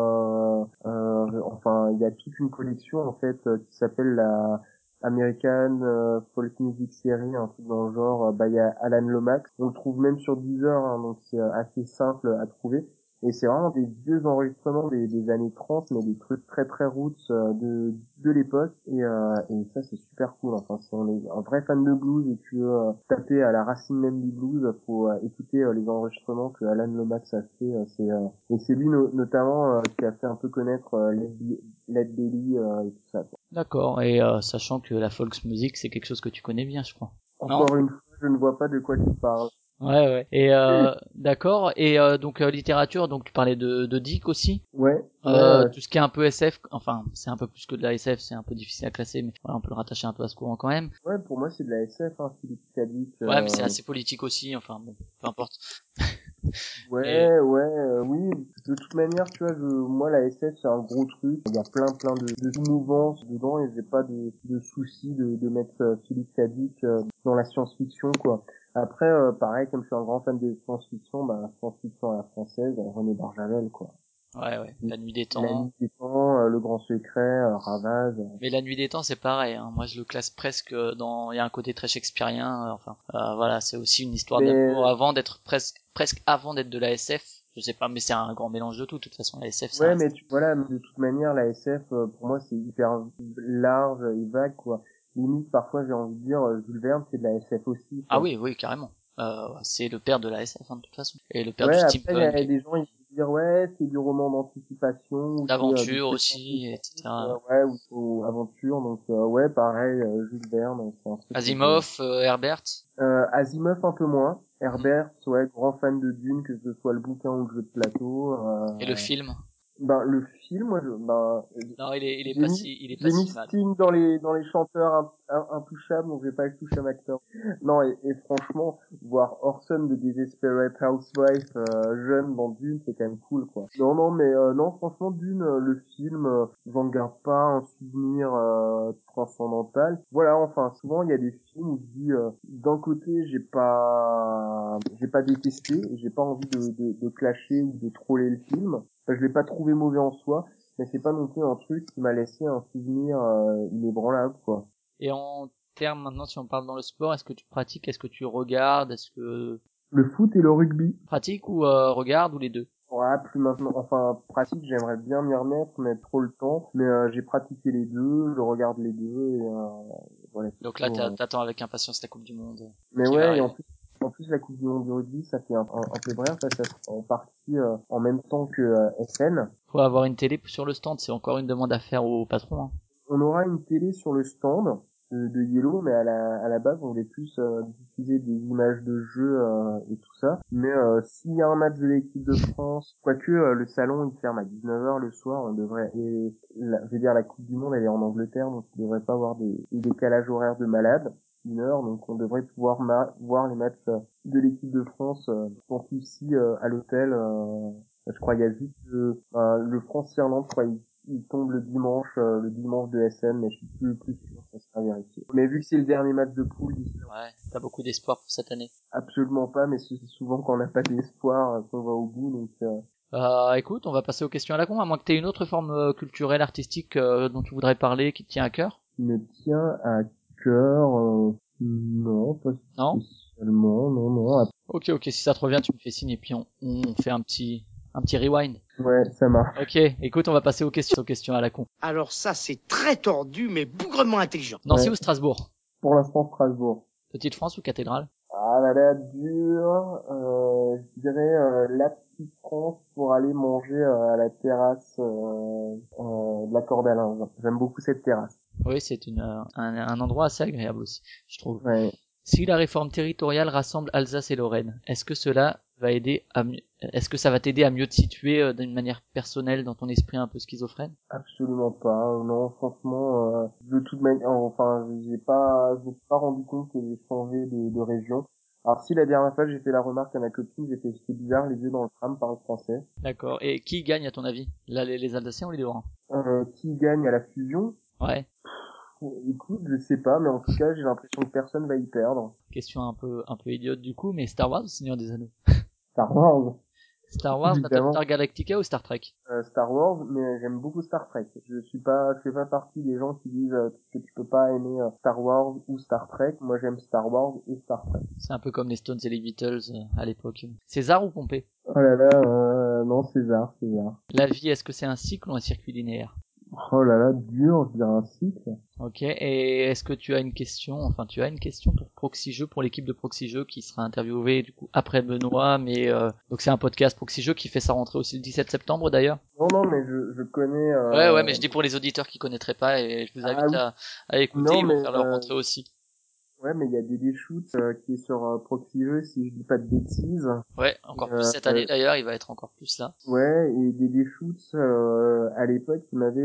enfin, il y a toute une collection en fait qui s'appelle la American Folk Music Series, un truc dans le genre. Il y a Alan Lomax. On le trouve même sur Deezer, hein, donc c'est assez simple à trouver. Et c'est vraiment des vieux enregistrements des années 30, mais des trucs très roots de l'époque. Et ça, c'est super cool. Enfin, si on est un vrai fan de blues et que tu veux taper à la racine même du blues, faut écouter les enregistrements que Alan Lomax a fait. Et c'est lui notamment qui a fait un peu connaître Led Belly et tout ça, quoi. D'accord, et sachant que la folk music c'est quelque chose que tu connais bien, je crois. Non? Encore une fois, je ne vois pas de quoi tu parles. Ouais, ouais. Et d'accord. Et donc littérature, donc tu parlais de Dick aussi. Ouais, ouais, Tout ce qui est un peu SF, enfin c'est un peu plus que de la SF, c'est un peu difficile à classer, mais voilà, on peut le rattacher un peu à ce courant quand même. ouais. Pour moi, c'est de la SF, hein, Philippe Cadic. Ouais, mais c'est assez politique aussi, enfin bon, peu importe. Et Oui. De toute manière, tu vois, moi, la SF, c'est un gros truc. Il y a plein de mouvances dedans et j'ai pas de souci de mettre Philippe Cadic dans la science-fiction, quoi. Après, pareil, comme je suis un grand fan de science-fiction, bah, science-fiction à la française, René Barjavel, quoi. ouais, La Nuit des La Temps. nuit des temps, Le Grand Secret, Ravage. Mais La Nuit des Temps, c'est pareil, hein. Moi, je le classe presque dans. Il y a un côté très shakespearien. Voilà, c'est aussi une histoire d'amour Mais avant d'être presque avant d'être de la SF. Je sais pas, mais c'est un grand mélange de tout. De toute façon, la SF, ça ouais, reste. mais voilà, de toute manière, la SF, pour moi, c'est hyper large et vague, quoi. Limite, parfois, j'ai envie de dire, Jules Verne, c'est de la SF aussi, Ah quoi. oui, oui, carrément. C'est le père de la SF, hein, de toute façon. Et le père du Ouais, après, il y a steampunk, des gens, ils vont dire, ouais, c'est du roman d'anticipation, ou c'est du d'aventure truc aussi, etc. ouais, ou aventure, donc, ouais, pareil, Jules Verne, c'est un truc que je... Asimov, Herbert. Asimov, un peu moins. Mhm. Herbert, ouais, grand fan de Dune, que ce soit le bouquin ou le jeu de plateau. Et le film. Ben, le film, moi, Non, il est j'ai pas mis, il est pas j'ai mis si mal. Sting dans les chanteurs intouchables, donc je vais pas le toucher comme acteur. Non, et franchement, voir Orson de Desperate Housewife, jeune dans Dune, c'est quand même cool, quoi. Non, mais, non, franchement, Dune, le film, j'en garde pas un souvenir, transcendantal. Voilà, enfin, souvent, il y a des films où je dis, d'un côté, j'ai pas détesté, j'ai pas envie de clasher ou de troller le film. Enfin, je l'ai pas trouvé mauvais en soi, mais c'est pas non plus un truc qui m'a laissé un souvenir inébranlable, quoi. Et en termes maintenant, si on parle dans le sport, est-ce que tu pratiques, est-ce que tu regardes, est-ce que Le foot et le rugby. pratique ou regarde ou les deux? Ouais, plus maintenant. Enfin, pratique, j'aimerais bien m'y remettre, mais trop le temps. Mais j'ai pratiqué les deux, je regarde les deux, et voilà. C'est Donc là, toujours, t'attends avec impatience la Coupe du Monde Mais qui va ouais, et arriver. en plus la Coupe du Monde du rugby, ça fait un peu bref, ça sera en partie en même temps que SN. Faut avoir une télé sur le stand, c'est encore une demande à faire au patron, hein. On aura une télé sur le stand de Yellow, mais à la base, on voulait plus diffuser des images de jeux et tout ça. Mais s'il y a un match de l'équipe de France, quoique le salon il ferme à 19h le soir, on devrait... Et je veux dire, la Coupe du Monde, elle est en Angleterre, donc il devrait pas avoir des décalages horaires de malade. 1 heure, donc on devrait pouvoir voir les matchs de l'équipe de France sans souci à l'hôtel. Je crois il y a juste le France-Irlande, je crois, il tombe le dimanche de SN, mais je suis plus sûr, ça sera vérifié. Mais vu que c'est le dernier match de poule, Ouais, t'as beaucoup d'espoir pour cette année. absolument pas, mais c'est souvent quand on n'a pas d'espoir qu'on va au bout, donc Écoute, on va passer aux questions à la con, à moins que t'aies une autre forme culturelle, artistique dont tu voudrais parler, qui te tient à cœur. qui me tient à cœur, non, pas Non? spécialement, non. Ok, ok, si ça te revient, tu me fais signe et puis on fait un petit rewind. Ouais, ça marche. Ok, écoute, on va passer aux questions à la con. Alors ça, c'est très tordu, mais bougrement intelligent. Nancy Ouais, ou Strasbourg? pour l'instant, Strasbourg. Petite France ou cathédrale? Ah là là, dur. Je dirais la petite France pour aller manger à la terrasse de la Corde à Linge. J'aime beaucoup cette terrasse. Oui, c'est un endroit assez agréable aussi, je trouve. Ouais, Si la réforme territoriale rassemble Alsace et Lorraine, est-ce que ça va t'aider à mieux te situer d'une manière personnelle dans ton esprit un peu schizophrène? absolument pas. Non, franchement, de toute manière, enfin, je me suis pas rendu compte que j'ai changé de région. Alors si la dernière fois j'ai fait la remarque à ma copine, j'ai fait c'est bizarre, les yeux dans le tram parlent français. D'accord. Et qui gagne à ton avis? Là, les Alsaciens ou les Lorrains? Qui gagne à la fusion? Ouais. Écoute, je sais pas, mais en tout cas j'ai l'impression que personne va y perdre. Question un peu idiote du coup, mais Star Wars ou Seigneur des Anneaux? Star Wars, Star Wars, évidemment. Battlestar Galactica ou Star Trek? Star Wars, mais j'aime beaucoup Star Trek. Je fais pas partie des gens qui disent que tu peux pas aimer Star Wars ou Star Trek. Moi, j'aime Star Wars et Star Trek. C'est un peu comme les Stones et les Beatles à l'époque. César ou Pompée? Oh là là, non, César. La vie, est-ce que c'est un cycle ou un circuit linéaire? Oh là là, dur, je dirais un cycle. Ok, et est-ce que tu as une question, enfin tu as une question pour Proxy Jeux, pour l'équipe de Proxy Jeux qui sera interviewée du coup après Benoît, mais donc c'est un podcast Proxy Jeux qui fait sa rentrée aussi le 17 septembre d'ailleurs. Non, mais je connais. Ouais, mais je dis pour les auditeurs qui connaîtraient pas et je vous Ah invite oui, à écouter, non, ils vont mais faire leur rentrée aussi. ouais, mais il y a des shoots qui est sur Proxy Jeux, si je dis pas de bêtises. Ouais, Et, encore plus cette année d'ailleurs, il va être encore plus là. ouais, et des shoots à l'époque,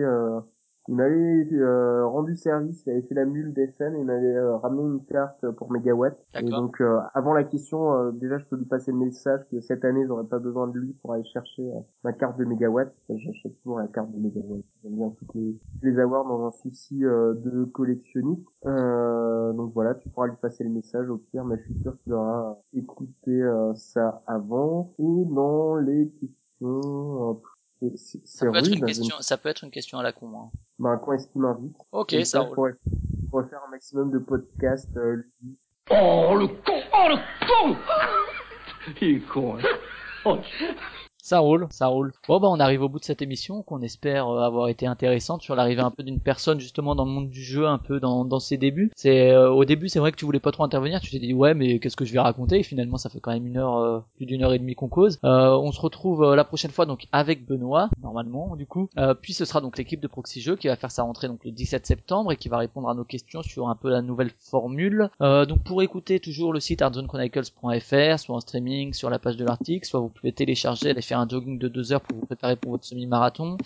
il m'avait rendu service, il avait fait la mule d'Essen et il m'avait ramené une carte pour Megawatt. Et D'accord. donc avant la question, déjà je peux lui passer le message que cette année j'aurais pas besoin de lui pour aller chercher ma carte de Megawatt. J'achète toujours la carte de Megawatt. J'aime bien les avoir dans un souci de collectionniste. Donc voilà, tu pourras lui passer le message au pire, mais je suis sûr qu'il aura écouté ça avant. Et dans les questions, c'est rude. Ça peut être une question à la con, hein. Ben, quand est-ce qu'il m'invite? Ok, Comme ça ça, roule. je pourrais faire un maximum de podcasts. Oh, le con. Oh, le con. Il est con, hein. Oh. Ça roule, ça roule. Bon bah on arrive au bout de cette émission qu'on espère avoir été intéressante sur l'arrivée un peu d'une personne justement dans le monde du jeu, un peu dans ses débuts. C'est au début c'est vrai que tu voulais pas trop intervenir, tu t'es dit ouais mais qu'est-ce que je vais raconter et finalement ça fait quand même plus d'une heure et demie qu'on cause. On se retrouve la prochaine fois donc avec Benoît normalement du coup. Puis ce sera donc l'équipe de Proxy Jeux qui va faire sa rentrée donc le 17 septembre et qui va répondre à nos questions sur un peu la nouvelle formule. Donc pour écouter toujours le site artzonechronicles.fr, soit en streaming sur la page de l'article, soit vous pouvez télécharger, aller faire un jogging de 2 heures pour vous préparer pour votre semi-marathon.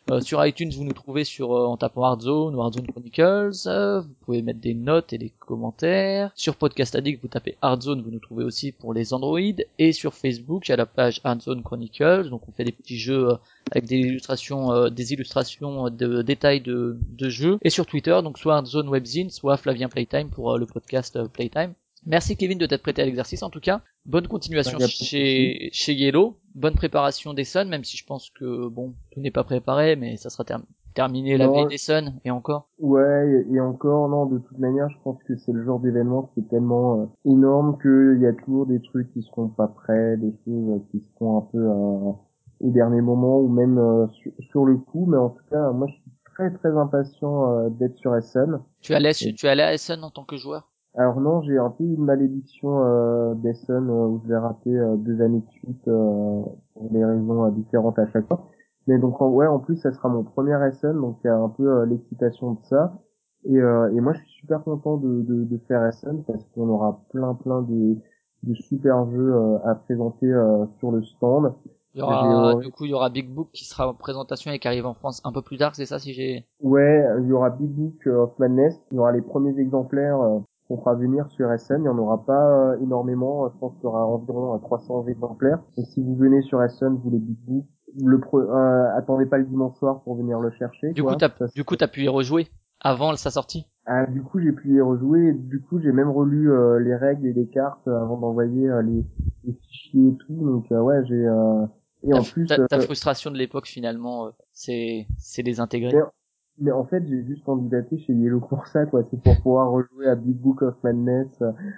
Sur iTunes, vous nous trouvez en tapant Hardzone ou Hardzone Chronicles. Vous pouvez mettre des notes et des commentaires. Sur Podcast Addict, vous tapez Hardzone, vous nous trouvez aussi pour les Android. Et sur Facebook, il y a la page Hardzone Chronicles. Donc on fait des petits jeux avec des illustrations de détails de jeux. Et sur Twitter, donc soit Hardzone Webzine, soit Flavien Playtime pour le podcast Playtime. Merci Kevin de t'être prêté à l'exercice en tout cas. Bonne continuation chez Yellow. Bonne préparation des Suns, même si je pense que bon, tout n'est pas préparé, mais ça sera terminé la veille des Suns et encore. Ouais, et encore, non, de toute manière, je pense que c'est le genre d'événement qui est tellement énorme qu'il y a toujours des trucs qui seront pas prêts, des choses qui seront un peu au dernier moment ou même sur le coup, mais en tout cas, moi je suis très très impatient d'être sur Essen. Tu allais à Essen en tant que joueur? Alors non, j'ai un peu une malédiction d'Essen où je vais rater 2 années de suite pour des raisons différentes à chaque fois. Mais donc en plus ça sera mon premier Essen, donc il y a un peu l'excitation de ça. Et moi je suis super content de faire Essen parce qu'on aura plein de super jeux à présenter sur le stand. Du coup, il y aura Big Book qui sera en présentation et qui arrive en France un peu plus tard, c'est ça si j'ai... Ouais, il y aura Big Book of Madness, il y aura les premiers exemplaires qu'on fera venir sur SN, il n'y en aura pas énormément, je pense qu'il y aura environ 300 exemplaires. Et si vous venez sur SN, vous les Big Book, attendez pas le dimanche soir pour venir le chercher. Du coup, t'as pu y rejouer avant sa sortie. Ah, du coup, j'ai pu y rejouer, et du coup, j'ai même relu les règles et les cartes avant d'envoyer les fichiers et tout, donc ouais, j'ai... Et en plus... Ta frustration de l'époque, finalement, c'est désintégré. Mais en fait, j'ai juste candidaté chez Yellow pour ça, quoi. C'est pour pouvoir rejouer à Big Book of Madness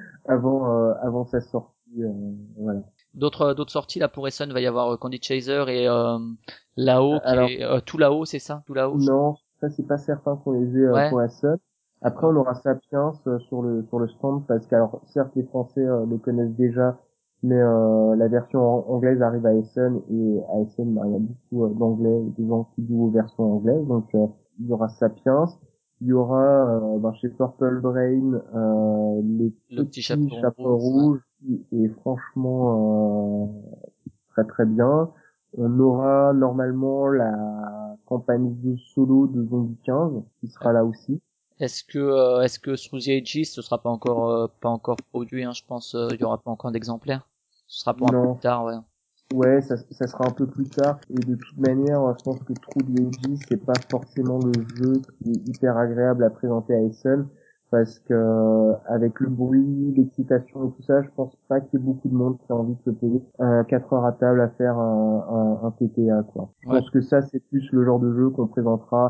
avant sa sortie, voilà. D'autres sorties là pour Essen, va y avoir Candy Chaser et là-haut tout là-haut, c'est ça, tout là-haut. Non, ça c'est pas certain qu'on les ait pour Essen. Après, on aura Sapiens sur le stand parce qu'alors certes les Français le connaissent déjà, mais la version anglaise arrive à Essen et à Essen, il y a beaucoup d'anglais, des gens qui jouent aux versions anglaises, donc il y aura Sapiens. Il y aura chez Purple Brain le petit chapeau rouge qui est franchement très très bien. On aura normalement la campagne de solo de Zombie 15 qui sera là aussi. Est-ce que sous The Aegis ce sera pas encore produit, hein, je pense il y aura pas encore d'exemplaires. Ce sera pour un peu plus tard, ouais. Ouais, ça sera un peu plus tard. Et de toute manière, je pense que True The Aegis, c'est pas forcément le jeu qui est hyper agréable à présenter à Essen. Parce que avec le bruit, l'excitation et tout ça, je pense pas qu'il y ait beaucoup de monde qui a envie de se payer 4 heures à table à faire un TTA, quoi. Je pense que ça, c'est plus le genre de jeu qu'on présentera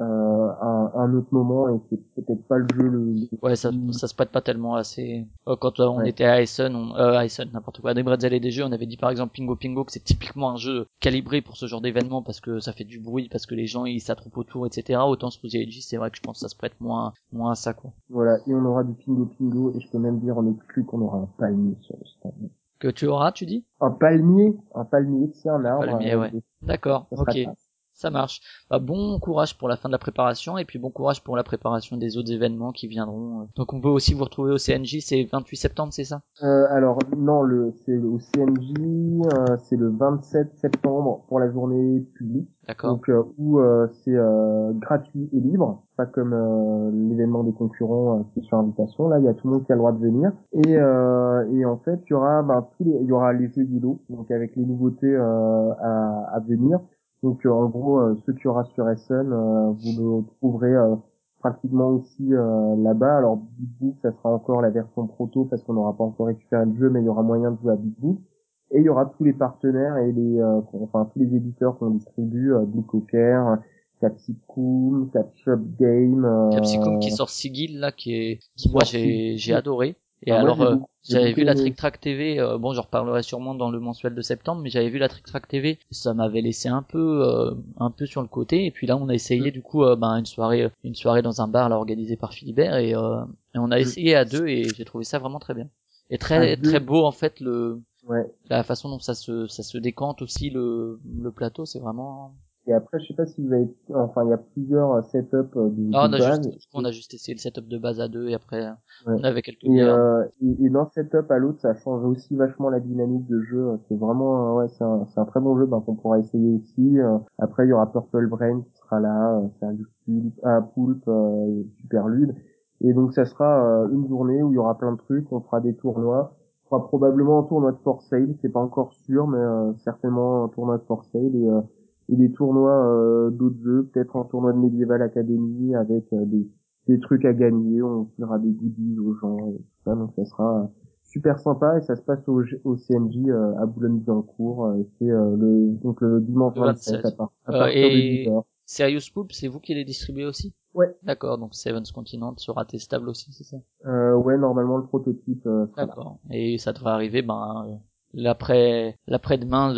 à un autre moment et c'est peut-être pas le jeu Ouais, ça se prête pas tellement à ces... quand on était à Essen, n'importe quoi, à des Bretzel et des jeux, on avait dit par exemple Pingo Pingo que c'est typiquement un jeu calibré pour ce genre d'événement parce que ça fait du bruit, parce que les gens ils s'attroupent autour, etc. Autant sous The Aegis, c'est vrai que je pense que ça se prête moins à ça, quoi. Voilà, et on aura du Pingo Pingo et je peux même dire en exclu qu'on aura un palmier sur le stand. Que tu auras, tu dis? Un palmier, c'est un arbre. Palmier, ouais. D'accord, ok. Ça marche. Bah, bon courage pour la fin de la préparation et puis bon courage pour la préparation des autres événements qui viendront. Donc on peut aussi vous retrouver au CNJ, c'est 28 septembre, c'est ça? Alors non, c'est au CNJ, c'est le 27 septembre pour la journée publique. D'accord. Donc où c'est gratuit et libre, pas comme l'événement des concurrents qui est sur invitation. Là, il y a tout le monde qui a le droit de venir. Et en fait, il y aura il y aura les jeux d'îlot, donc avec les nouveautés à venir. Donc en gros, ce qu'il y aura sur Essen, vous le trouverez pratiquement aussi là-bas. Alors Big Book, ça sera encore la version proto parce qu'on n'aura pas encore récupéré le jeu, mais il y aura moyen de jouer à Big Book. Et il y aura tous les partenaires et tous les éditeurs qu'on distribue, Blue Cocker, Capsicum, Catch-Up Game. Capsicum qui sort Sigil là, qui moi j'ai adoré. Et alors, j'avais vu la Trick Track TV, bon, j'en reparlerai sûrement dans le mensuel de septembre, mais j'avais vu la Trick Track TV, ça m'avait laissé un peu sur le côté, et puis là, on a essayé, du coup, une soirée dans un bar, là, organisée par Philibert, et on a essayé à deux, et j'ai trouvé ça vraiment très bien. Et très beau, en fait, la façon dont ça se décante aussi, le plateau, c'est vraiment Et après, je sais pas si vous avez, enfin, il y a plusieurs setups Ah, de base. on a juste essayé le setup de base à 2 et après, Ouais. on avait quelques Et, bières. et d'un setup à l'autre, ça change aussi vachement la dynamique de jeu. C'est vraiment, ouais, c'est un très bon jeu, qu'on pourra essayer aussi. Après, il y aura Purple Brain qui sera là, Serious Poulpe, Super Lude. Et donc, ça sera une journée où il y aura plein de trucs. On fera des tournois. On fera probablement un tournoi de For Sale, c'est pas encore sûr, mais certainement un tournoi de For Sale et des tournois d'autres jeux, peut-être un tournoi de Medieval Academy avec des trucs à gagner, on tirera des goodies aux gens et tout ça, donc ça sera super sympa et ça se passe au CNJ à Boulogne-Billancourt, et c'est le dimanche Le 27 27. à partir de 10h. Serious Poop, c'est vous qui les distribuez aussi? Ouais. D'accord, donc Seven's Continent sera testable aussi, c'est ça? Ouais, normalement le prototype sera là. D'accord. Et ça devrait arriver, l'après-demain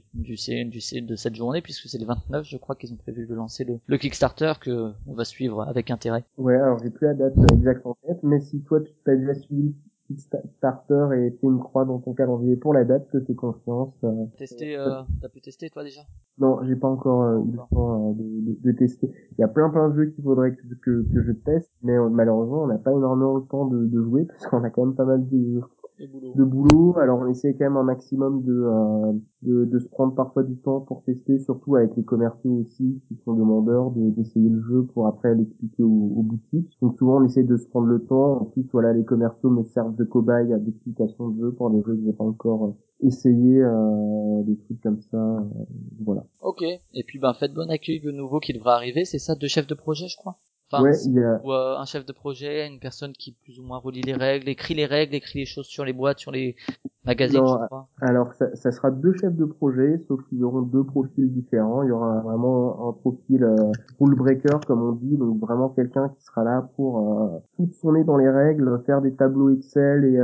de cette journée, puisque c'est le 29, je crois qu'ils ont prévu de lancer le Kickstarter que on va suivre avec intérêt. Ouais, alors j'ai plus la date exacte en tête, mais si toi tu t'as déjà suivi le Kickstarter et fait une croix dans ton calendrier pour la date, que fais confiance. T'as pu tester toi déjà? Non, j'ai pas encore eu le temps de tester. Il y a plein de jeux qu'il faudrait que je teste, mais malheureusement on n'a pas énormément le temps de jouer parce qu'on a quand même pas mal de boulot. Alors on essaie quand même un maximum de se prendre parfois du temps pour tester, surtout avec les commerciaux aussi qui sont demandeurs d'essayer le jeu pour après l'expliquer aux boutiques. Donc souvent on essaie de se prendre le temps. En plus voilà, les commerciaux me servent de cobaye à d'explication de jeu pour des jeux que j'ai pas encore essayé, des trucs comme ça. Voilà. Ok. Et puis faites bon accueil de nouveau qui devra arriver, c'est ça, 2 chefs de projet je crois? Ouais, il y a... Ou un chef de projet, une personne qui plus ou moins relie les règles, écrit les choses sur les boîtes, sur les magazines, Non, je crois. alors ça sera 2 chefs de projet, sauf qu'ils auront 2 profils différents. Il y aura vraiment un profil rule breaker comme on dit, donc vraiment quelqu'un qui sera là pour foutre son nez dans les règles, faire des tableaux Excel et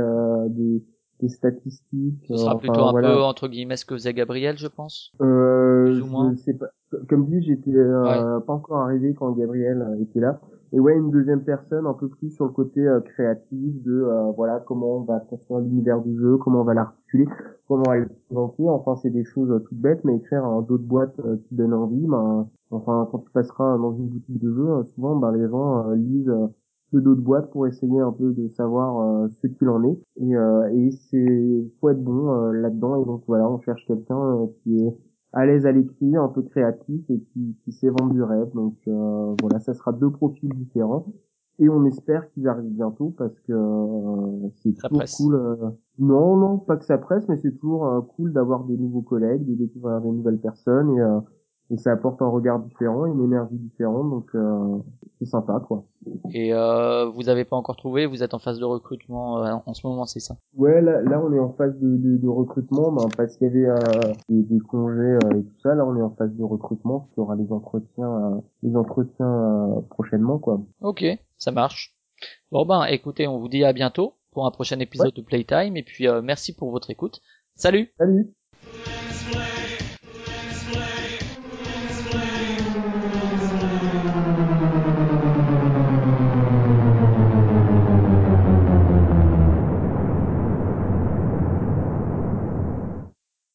des statistiques. Ce sera plutôt Enfin un peu voilà. entre guillemets ce que faisait Gabriel, je pense. Plus ou moins. Je sais pas. Comme dit, j'étais Ouais. pas encore arrivé quand Gabriel était là. Et ouais, une deuxième personne un peu plus sur le côté créatif de voilà comment on va construire l'univers du jeu, comment on va l'articuler, comment on va le présenter. Enfin, c'est des choses toutes bêtes, mais écrire d'autres boîtes qui donnent envie. Enfin, quand tu passeras dans une boutique de jeu, souvent, les gens lisent peu d'autres boîtes pour essayer un peu de savoir ce qu'il en est. Et c'est faut être bon là-dedans. Et donc voilà, on cherche quelqu'un qui est à l'aise à l'écrit, un peu créatif et qui sait vendre du rêve. Donc voilà, ça sera 2 profils différents et on espère qu'ils arrivent bientôt parce que c'est Ça toujours presse. cool. Non, pas que ça presse, mais c'est toujours cool d'avoir des nouveaux collègues, de découvrir des nouvelles personnes et ça apporte un regard différent, une énergie différente. Donc c'est sympa quoi. Et vous avez pas encore trouvé, vous êtes en phase de recrutement en ce moment, c'est ça? Ouais, là on est en phase de recrutement, parce qu'il y avait des congés et tout ça. Là on est en phase de recrutement, parce qu'il y aura les entretiens prochainement quoi. Ok, ça marche. Bon écoutez, on vous dit à bientôt pour un prochain Ouais, épisode de Playtime et puis merci pour votre écoute. Salut! salut.